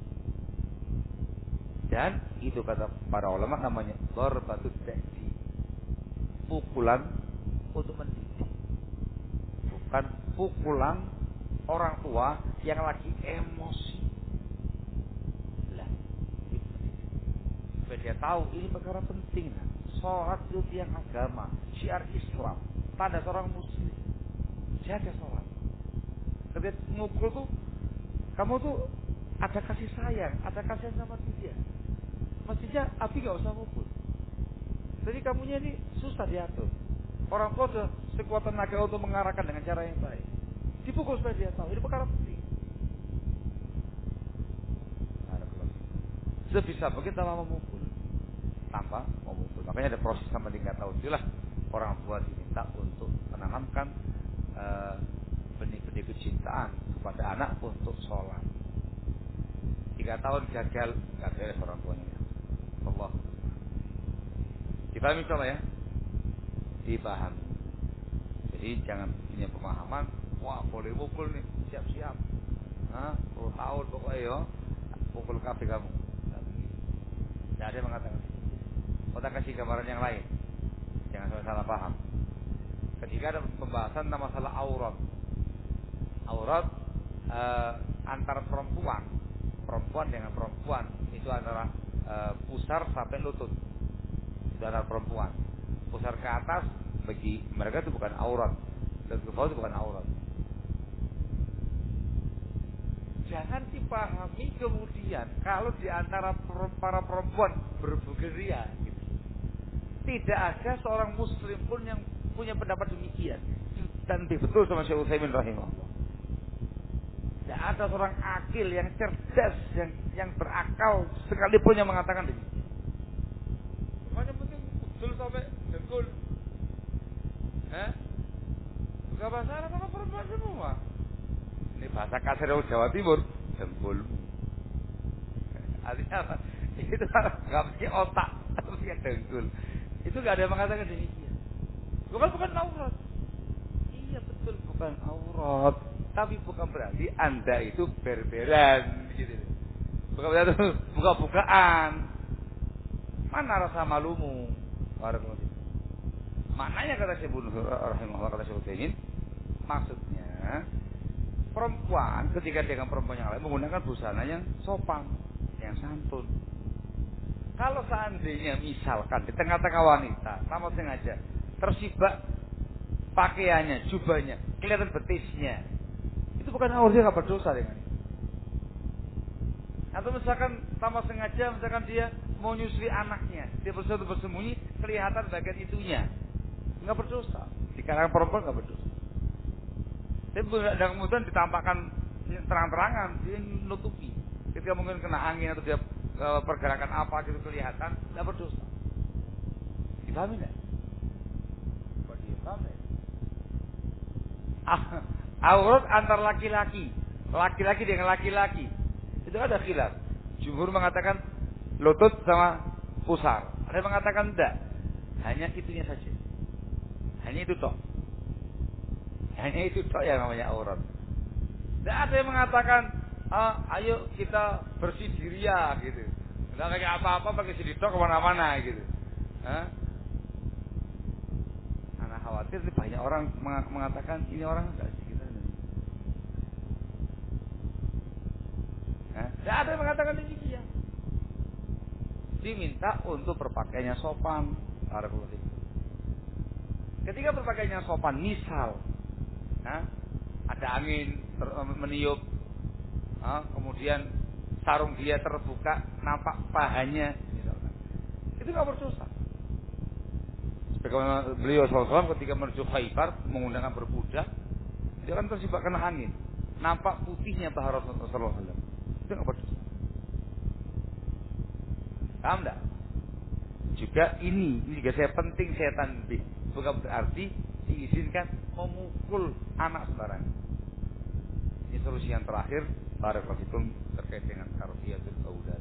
Dan itu kata para ulama namanya darbatut ta'dib. Pukulan untuk mendidik. Bukan pukulan orang tua yang lagi emosi. Lah, itu supaya dia tahu ini perkara penting. Sholat itu tiang agama, syiar Islam, tanda seorang muslim. Jaga sholat. Ketika mukul tuh, kamu tuh ada kasih sayang, ada kasihan sama dia. Mestinya Abi gak usah mukul. Jadi kamunya ini susah diatur. Orang tua sudah sekuat tenaga untuk mengarahkan dengan cara yang baik. Dipukul supaya dia tahu ini perkara penting. Sebisa mungkin tanpa memukul, makanya ada proses sama tingkat tahun. Itulah orang tua diminta untuk menanamkan benih-benih kecintaan kepada anak untuk sholat. 3 tahun gagal, nggak beres orang tuanya. Allah. Dipahami coba ya? Dipahami. Jadi jangan punya pemahaman, wah boleh mukul nih, siap-siap. 10 tahun pokoknya yo, pukul kafe kamu. Tidak ada yang mengatakan. Kita kasih gambaran yang lain. Jangan sampai salah paham. Ketika ada pembahasan tentang masalah aurat, antara perempuan dengan perempuan itu antara pusar sampai lutut. Itu antara perempuan. Pusar ke atas bagi mereka itu bukan aurat. Sidratul Muntaha itu bukan aurat. Jangan dipahami kemudian kalau di antara para perempuan berhubungan ria gitu. Tidak ada seorang muslim pun yang punya pendapat demikian. Dan betul sama Syekh Utsaimin rahimahullah. Tidak ada seorang akil yang cerdas, yang berakal sekalipun yang mengatakan demikian. Pokoknya penting betul sampai dengkul. Bukan bahasa Arab apa perempuan semua. Ini bahasa kasar Jawa Timur, dengkul. Artinya apa? Itu nggak pakai otak, atau pakai dengkul. Itu nggak ada yang mengatakan demikian. Bukan aurat. Iya betul bukan aurat. Tapi bukan berarti Anda itu berberan gitu. Bukan berarti buka-bukaan. Mana rasa malumu? Maknanya kata Syekh rahimahullah, kata Syekh Utsaimin, maksudnya perempuan ketika dengan perempuan yang lain menggunakan busana yang sopan, yang santun. Kalau seandainya misalkan di tengah-tengah wanita sama sengaja tersibak pakaiannya, jubahnya, kelihatan betisnya, itu bukan aurat, dia nggak berdosa dengan itu. Atau misalkan tanpa sengaja, misalkan dia mau nyusui anaknya, dia bersembunyi kelihatan bagian itunya, nggak berdosa. Di kalangan perempuan nggak berdosa. Tapi kemudian ditampakkan terang-terangan, dia nutupi. Ketika mungkin kena angin atau dia pergerakan apa gitu kelihatan, nggak berdosa. Dipahami nggak? Kok dipahami? Aurat antar laki-laki dengan laki-laki itu ada khilaf. Jumhur mengatakan lutut sama pusar, ada yang mengatakan tidak, hanya itunya saja, hanya itu toh, yang namanya aurat. Tidak ada yang mengatakan ayo kita bersih diri ya gitu, nggak pakai apa-apa, pakai sidik kemana-mana gitu. Karena khawatir banyak orang mengatakan ini orang nggak sih kita. Tidak ada yang mengatakan demikian. Diminta untuk berpakaiannya sopan. Ketika berpakaiannya sopan, misal ada angin meniup, kemudian sarung dia terbuka, nampak pahanya, misalkan, itu nggak berdosa. Sebagaimana beliau SAW ketika menuju Khaibar menggunakan berkuda, dia kan tersibak kena angin, nampak putihnya paha Rasulullah SAW. Itu nggak berdosa. Paham enggak? Juga ini juga penting saya tanbih. Bukan berarti diizinkan memukul anak sembarangan. Ini solusi yang terakhir barakallahu terkait dengan tarbiyatul aulad.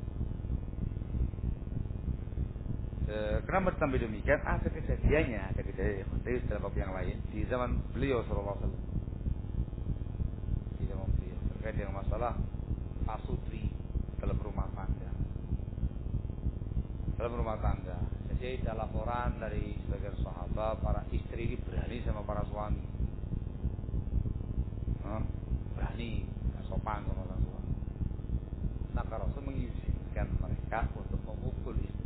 Kenapa sampai demikian? Ada kejadian dalam bab yang lain di zaman beliau sallallahu alaihi wasallam. Di zaman beliau terkait dengan masalah pasutri dalam rumah tangga. Jadi ada laporan dari sebagian sahabat, para istri ini berani sama para suami, berani, sopan sama para suami. Maka Rasul mengizinkan mereka untuk memukul istri.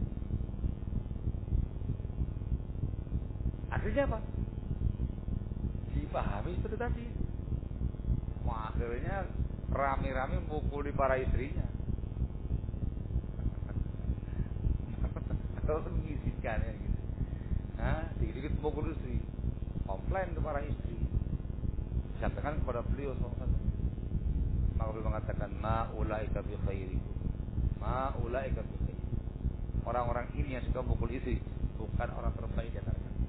Akhirnya apa? Dipahami seperti tadi. Akhirnya rame-rame memukuli para istrinya. Terus mengizinkan ya gitu. Dikit-dikit memukul istri, komplain ke para istri, disampaikan kepada beliau SAW. Maka beliau mengatakan ma'ulaika bi khairi, ma'ulaika bi khairi. Orang-orang ini yang suka memukul istri bukan orang terbaik di antara kalian.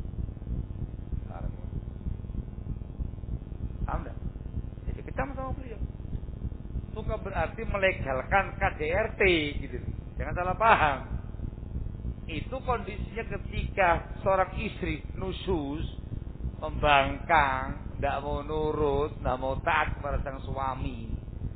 Paham tak? Jadi kita sama beliau bukan berarti melegalkan KDRT gitu. Jangan salah paham. Itu kondisinya ketika seorang istri nusyuz, membangkang, tidak mau nurut, tidak mau taat kepada sang suami.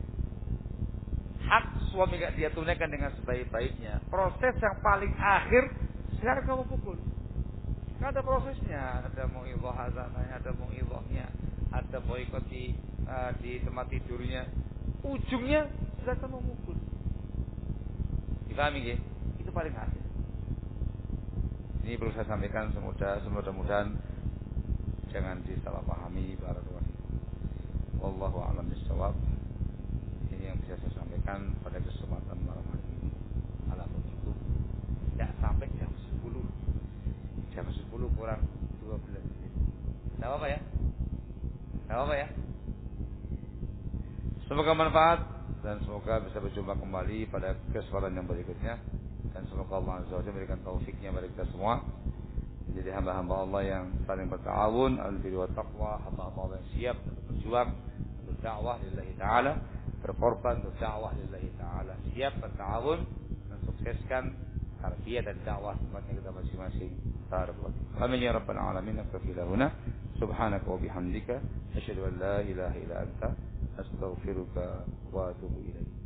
Hak suami tidak dia tunaikan dengan sebaik-baiknya. Proses yang paling akhir sekarang kamu pukul. Tidak ada prosesnya, ada mu'idhah azananya, ada mu'idhahnya, ada boikot di tempat tidurnya. Ujungnya sudah kamu pukul. Dipahami ya? Itu paling akhir. Ini perlu saya sampaikan, semoga-mogahan jangan disalahpahami. Barakallahu fikum. Wallahu a'lam bishawab. Ini yang bisa saya sampaikan pada kesempatan malam hari ini. Ala begitu tidak sampai jam 10. Jam 10 kurang 12 menit. Tidak apa-apa ya? Tidak apa-apa ya? Semoga manfaat dan semoga bisa berjumpa kembali pada kesempatan yang berikutnya, dan semoga Allah Azza wa Jalla memberikan taufiknya bagi kita semua menjadi hamba-hamba Allah yang saling bertawun al-birri wa taqwa, hamba-hamba Allah yang siap berjuang untuk dakwah lillahi ta'ala, berkorban untuk dakwah lillahi ta'ala, siap bertawun mensukseskan tarbiyah dan dakwah tempatnya kita masing-masing. Barakallahu. Amin ya rabbal alamin. Nakfilahuna subhanaka wa bihamdika asyhadu an la ilaha illa anta astaghfiruka wa atubu ilaik.